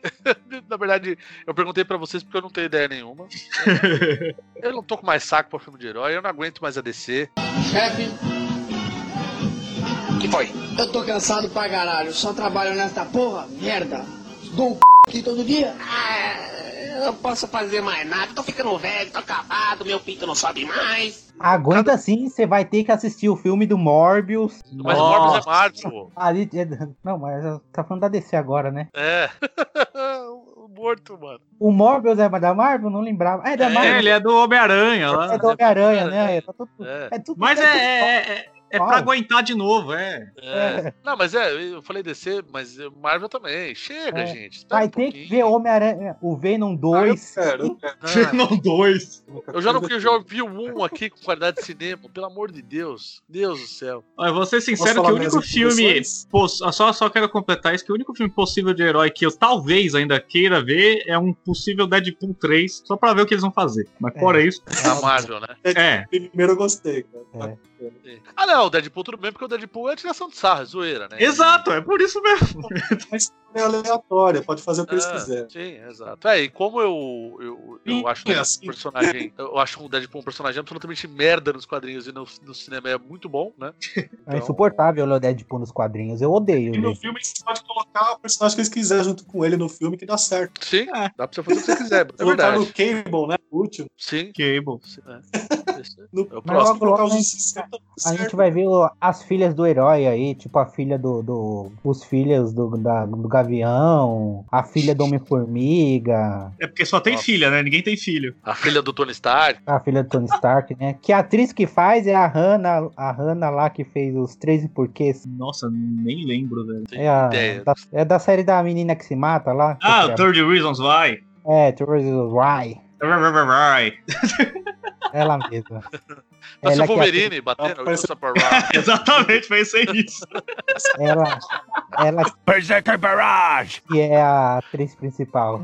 Na verdade, eu perguntei pra vocês porque eu não tenho ideia nenhuma. Eu não tô com mais saco pra filme de herói, eu não aguento mais a D C. Chefe, que foi? eu tô cansado pra caralho. Só trabalho nessa porra, merda. Dou um c... aqui todo dia. Ah, eu não posso fazer mais nada. Tô ficando velho, tô acabado, meu pinto não sobe mais. Aguenta sim, você vai ter que assistir o filme do Morbius. Mas o Nossa. Morbius é Marvel. Ali, é- não, mas tá falando da D C agora, né? É. O morto, mano. O Morbius é da Marvel? Não lembrava. É da É, Marvel. É, ele é do Homem-Aranha lá. É do Homem-Aranha, né? Tá tudo- É. é tudo- Mas é é, tudo- é, é, É pra aguentar de novo, é. É. Não, mas é, eu falei D C, mas Marvel também. Chega, É. gente. espera Vai um ter pouquinho. que ver Homem-Aranha, o Venom dois. Ah, eu quero, eu quero. Ah, Não, dois. eu já não eu já vi o um aqui com qualidade de cinema, pelo amor de Deus. Deus do céu. Olha, vou ser sincero Posso que o falar único minhas filme. impressões? Poss... Só, só quero completar isso: que o único filme possível de herói que eu talvez ainda queira ver é um possível Deadpool três, só pra ver o que eles vão fazer. Mas É. fora isso. Da Marvel, né? É. Primeiro eu gostei, cara. É. Ah, não, o Deadpool tudo bem, porque o Deadpool é tiração de sarro, é zoeira, né? Exato, é por isso mesmo. Mas é aleatória, pode fazer o que eles Ah, quiserem. sim, exato. É, e como eu, eu, eu Sim, acho é um assim. personagem. Eu acho o Deadpool um personagem absolutamente merda nos quadrinhos e no, no cinema é muito bom, né? É insuportável o Deadpool nos quadrinhos. Eu odeio E no ele. filme eles podem colocar o personagem que eles quiserem junto com ele no filme que dá certo. Sim, É. dá pra você fazer o que você quiser, é Colocaram verdade. o Cable, né? Útil. Sim. Cable. sim, é. Esse é No o Mas próximo. logo, colocar logo, os sessenta, a gente vai ver o- as filhas do herói aí, tipo a filha do. do os filhos do, da- do Gavião, a filha do Homem-Formiga, É porque só tem Nossa. filha, né? Ninguém tem filho. A filha do Tony Stark. a filha do Tony Stark, né? Que a atriz que faz é a Hannah, a Hannah lá que fez os treze porquês. Nossa, nem lembro, velho. Tem É, a, ideia. da, é da série da menina que se mata lá. Ah, que o thirty Reasons Why. é, Terrorist Why. Ela mesma. Vai ser Ela o que é Wolverine batendo o Parece- Christopher Robin. Exatamente, pensei nisso. Ela, ela Berserker Barrage! que é a atriz principal.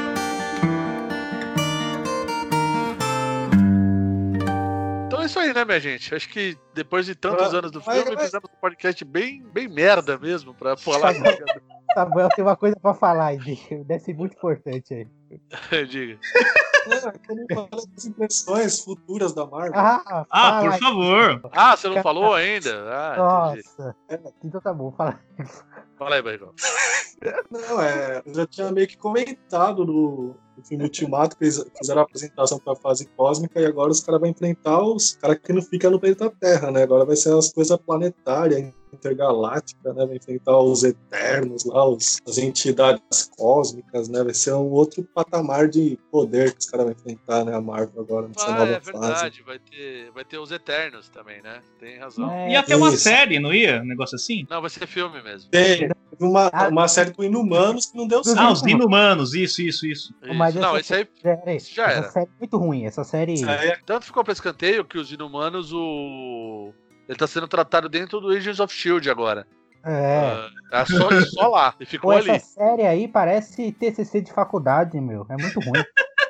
Então é isso aí, né, minha gente? Acho que depois de tantos Ah, anos do mas- filme, mas- fizemos um podcast bem, bem merda mesmo pra falar. Samuel tem uma coisa pra falar aí, deve ser muito importante aí. Diga. Não, é que eu não falei das impressões futuras da Marvel. Ah, Ah, fala por aí. favor. Ah, você não falou ainda? Ah, entendi. Nossa. Então tá bom, fala. Fala aí, Barrigão. Não, é. Eu já tinha meio que comentado no, no filme Ultimato, que eles fizeram a apresentação pra fase cósmica e agora os caras vão enfrentar os caras que não ficam no planeta Terra, né? Agora vai ser as coisas planetárias, intergalácticas, né? Vai enfrentar os Eternos lá, os, as entidades cósmicas, né? Vai ser um outro patamar de poder que os caras vão enfrentar, né? A Marvel agora nessa Ah, nova é fase. verdade. Vai ter, vai ter os Eternos também, né? Tem razão. É, Ia ter uma isso. série, não ia? Um negócio assim? Não, vai ser filme mesmo. Tem teve uma, Ah. uma série com Inumanos que não deu certo. Ah, os Inumanos, isso, isso, isso. Isso. Mas Não, essa esse aí série, isso já essa era. série é muito ruim. Essa série. Isso aí é- tanto ficou pra escanteio que os Inumanos, o. Ele tá sendo tratado dentro do Agents of Shield agora. É. Ah, é só, só lá. E ficou Pô, ali. essa série aí parece T C C de faculdade, meu. É muito ruim.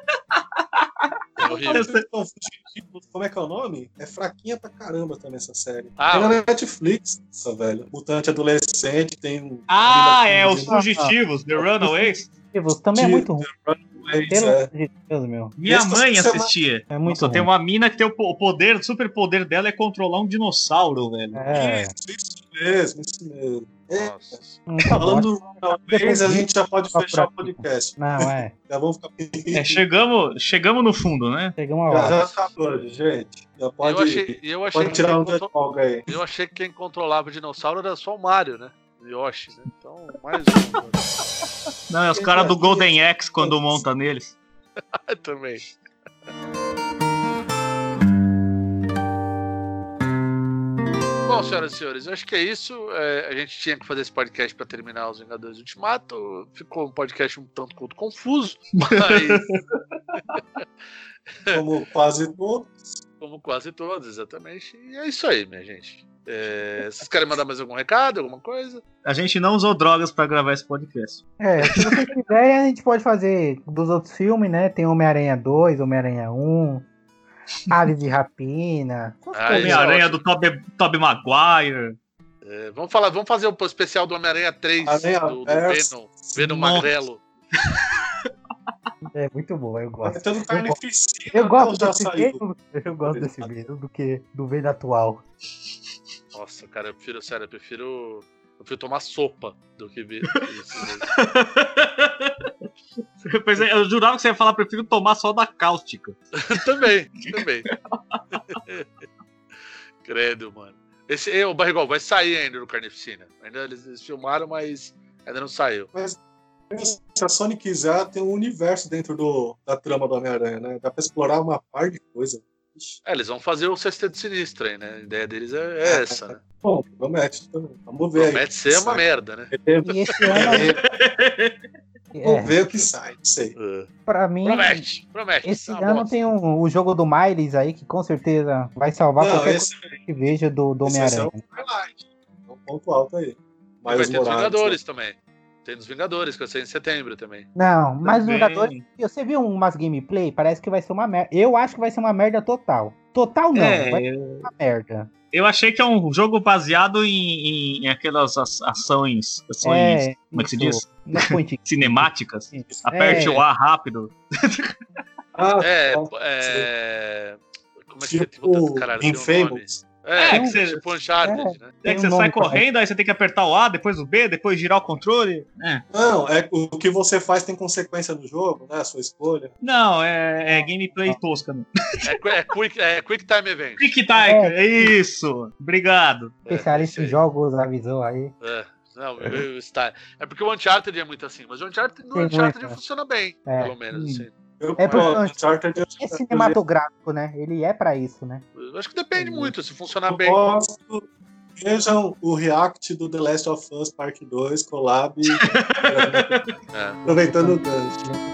É horrível. Como é que é o nome? É fraquinha pra caramba também essa série. Ah, tem na Netflix, essa velho. Mutante adolescente, tem um. Ah, é, os menina- fugitivos, The Runaways. Também é muito ruim. Runaways, Pelo é. amor de Deus, meu. Minha Essa mãe semana- assistia. É muito Nossa, tem ruim. uma mina que tem o po- o poder, o super poder dela é controlar um dinossauro, velho. É. Isso, isso mesmo, isso mesmo. É, Nossa. Não tá bom. falando do Runaways, a gente já pode fechar o podcast. Não, é. Já vamos ficar. É, chegamos, chegamos no fundo, né? Chegamos Já, lá. já tá hoje, gente. Já pode, eu achei, eu achei pode que tirar quem um dia de contro- folga aí. eu achei que quem controlava o dinossauro era só o Mario, né? O Yoshi, né? Então, mais um. Não, é os caras do Golden Axe quando monta neles. Também. Bom, senhoras e senhores, eu acho que é isso. É, a gente tinha que fazer esse podcast para terminar os Vingadores Ultimato. Ficou um podcast um tanto quanto confuso, mas Como quase todos. como quase todos, exatamente. E é isso aí, minha gente. É, vocês querem mandar mais algum recado, alguma coisa? A gente não usou drogas pra gravar esse podcast. É, se vocês quiserem, a gente pode fazer dos outros filmes, né? Tem Homem-Aranha dois, Homem-Aranha um, Aves de Rapina. essas Ah, coisas. isso é Homem-Aranha ótimo. do Tobey Tobey Maguire. É, vamos, falar, vamos fazer o especial do Homem-Aranha três, Aranha do, do Verso. Venom, Venom Nossa. Magrelo. É muito bom, eu Vai gosto. tendo Eu, carnificina, eu gosto então já desse saiu. Venom, eu gosto desse Venom do que do Venom atual. Nossa, cara, eu prefiro, sério, eu prefiro. Eu prefiro tomar sopa do que ver isso. Eu, pensei- eu jurava que você ia falar, prefiro tomar só da cáustica. também, também. Credo, mano. Esse, eh, o Barrigol, vai sair ainda do Carnificina. Ainda eles, eles filmaram, mas ainda não saiu. Mas se a Sony quiser, tem um universo dentro do, da trama do Homem-Aranha, né? Dá pra explorar uma par de coisa. É, eles vão fazer o Sexteto Sinistro aí, né? A ideia deles é, é essa, né? Bom, promete também. Vamos ver. Promete aí. ser uma Sai. merda, né? E esse ano, Vamos é, ver o que sai, não sei. É. pra mim, Promete, promete. esse Tá uma ano bosta. tem um, o jogo do Miles aí, que com certeza vai salvar Não, qualquer esse, coisa que veja do, do esse vai ser Homem-Aranha. um highlight. É um ponto alto aí. E vai Miles ter os Morales, Vingadores também. Tem dos Vingadores, que vai ser em setembro também. Não, mas os Também. Vingadores, você viu umas gameplay? Parece que vai ser uma merda. Eu acho que vai ser uma merda total. Total não, É, vai ser uma merda. eu achei que é um jogo baseado em, em, em aquelas as- ações, ações É, como é que se isso. diz? Não é point Cinemáticas. Isso. Aperte É. o A rápido. Ah, É, tá. é... Como é que é? Tipo, Caralho, tem um nome. Infamous. É, É, que que você, tipo Uncharted, né? É Tem que um você nome sai também. correndo, aí você tem que apertar o A, depois o B, depois girar o controle. É. Não, é, o que você faz tem consequência no jogo, né? A sua escolha. Não, é, é gameplay tosca. Né? É, qui- é, quick, é Quick Time Event. Quick Time, é isso. Obrigado. Especialista É, em isso aí. jogos avisou aí. É, não, eu- eu- está... é porque o Uncharted é muito assim, mas o Uncharted, no Tem Uncharted muito, funciona bem, É. pelo menos. Assim. Eu, É porque ó, o Uncharted eu- É cinematográfico, né? Ele é pra isso, né? Eu acho que depende Sim. muito, se funcionar eu bem. gosto. Vejam o React do The Last of Us Part dois, collab. É. Aproveitando o gancho.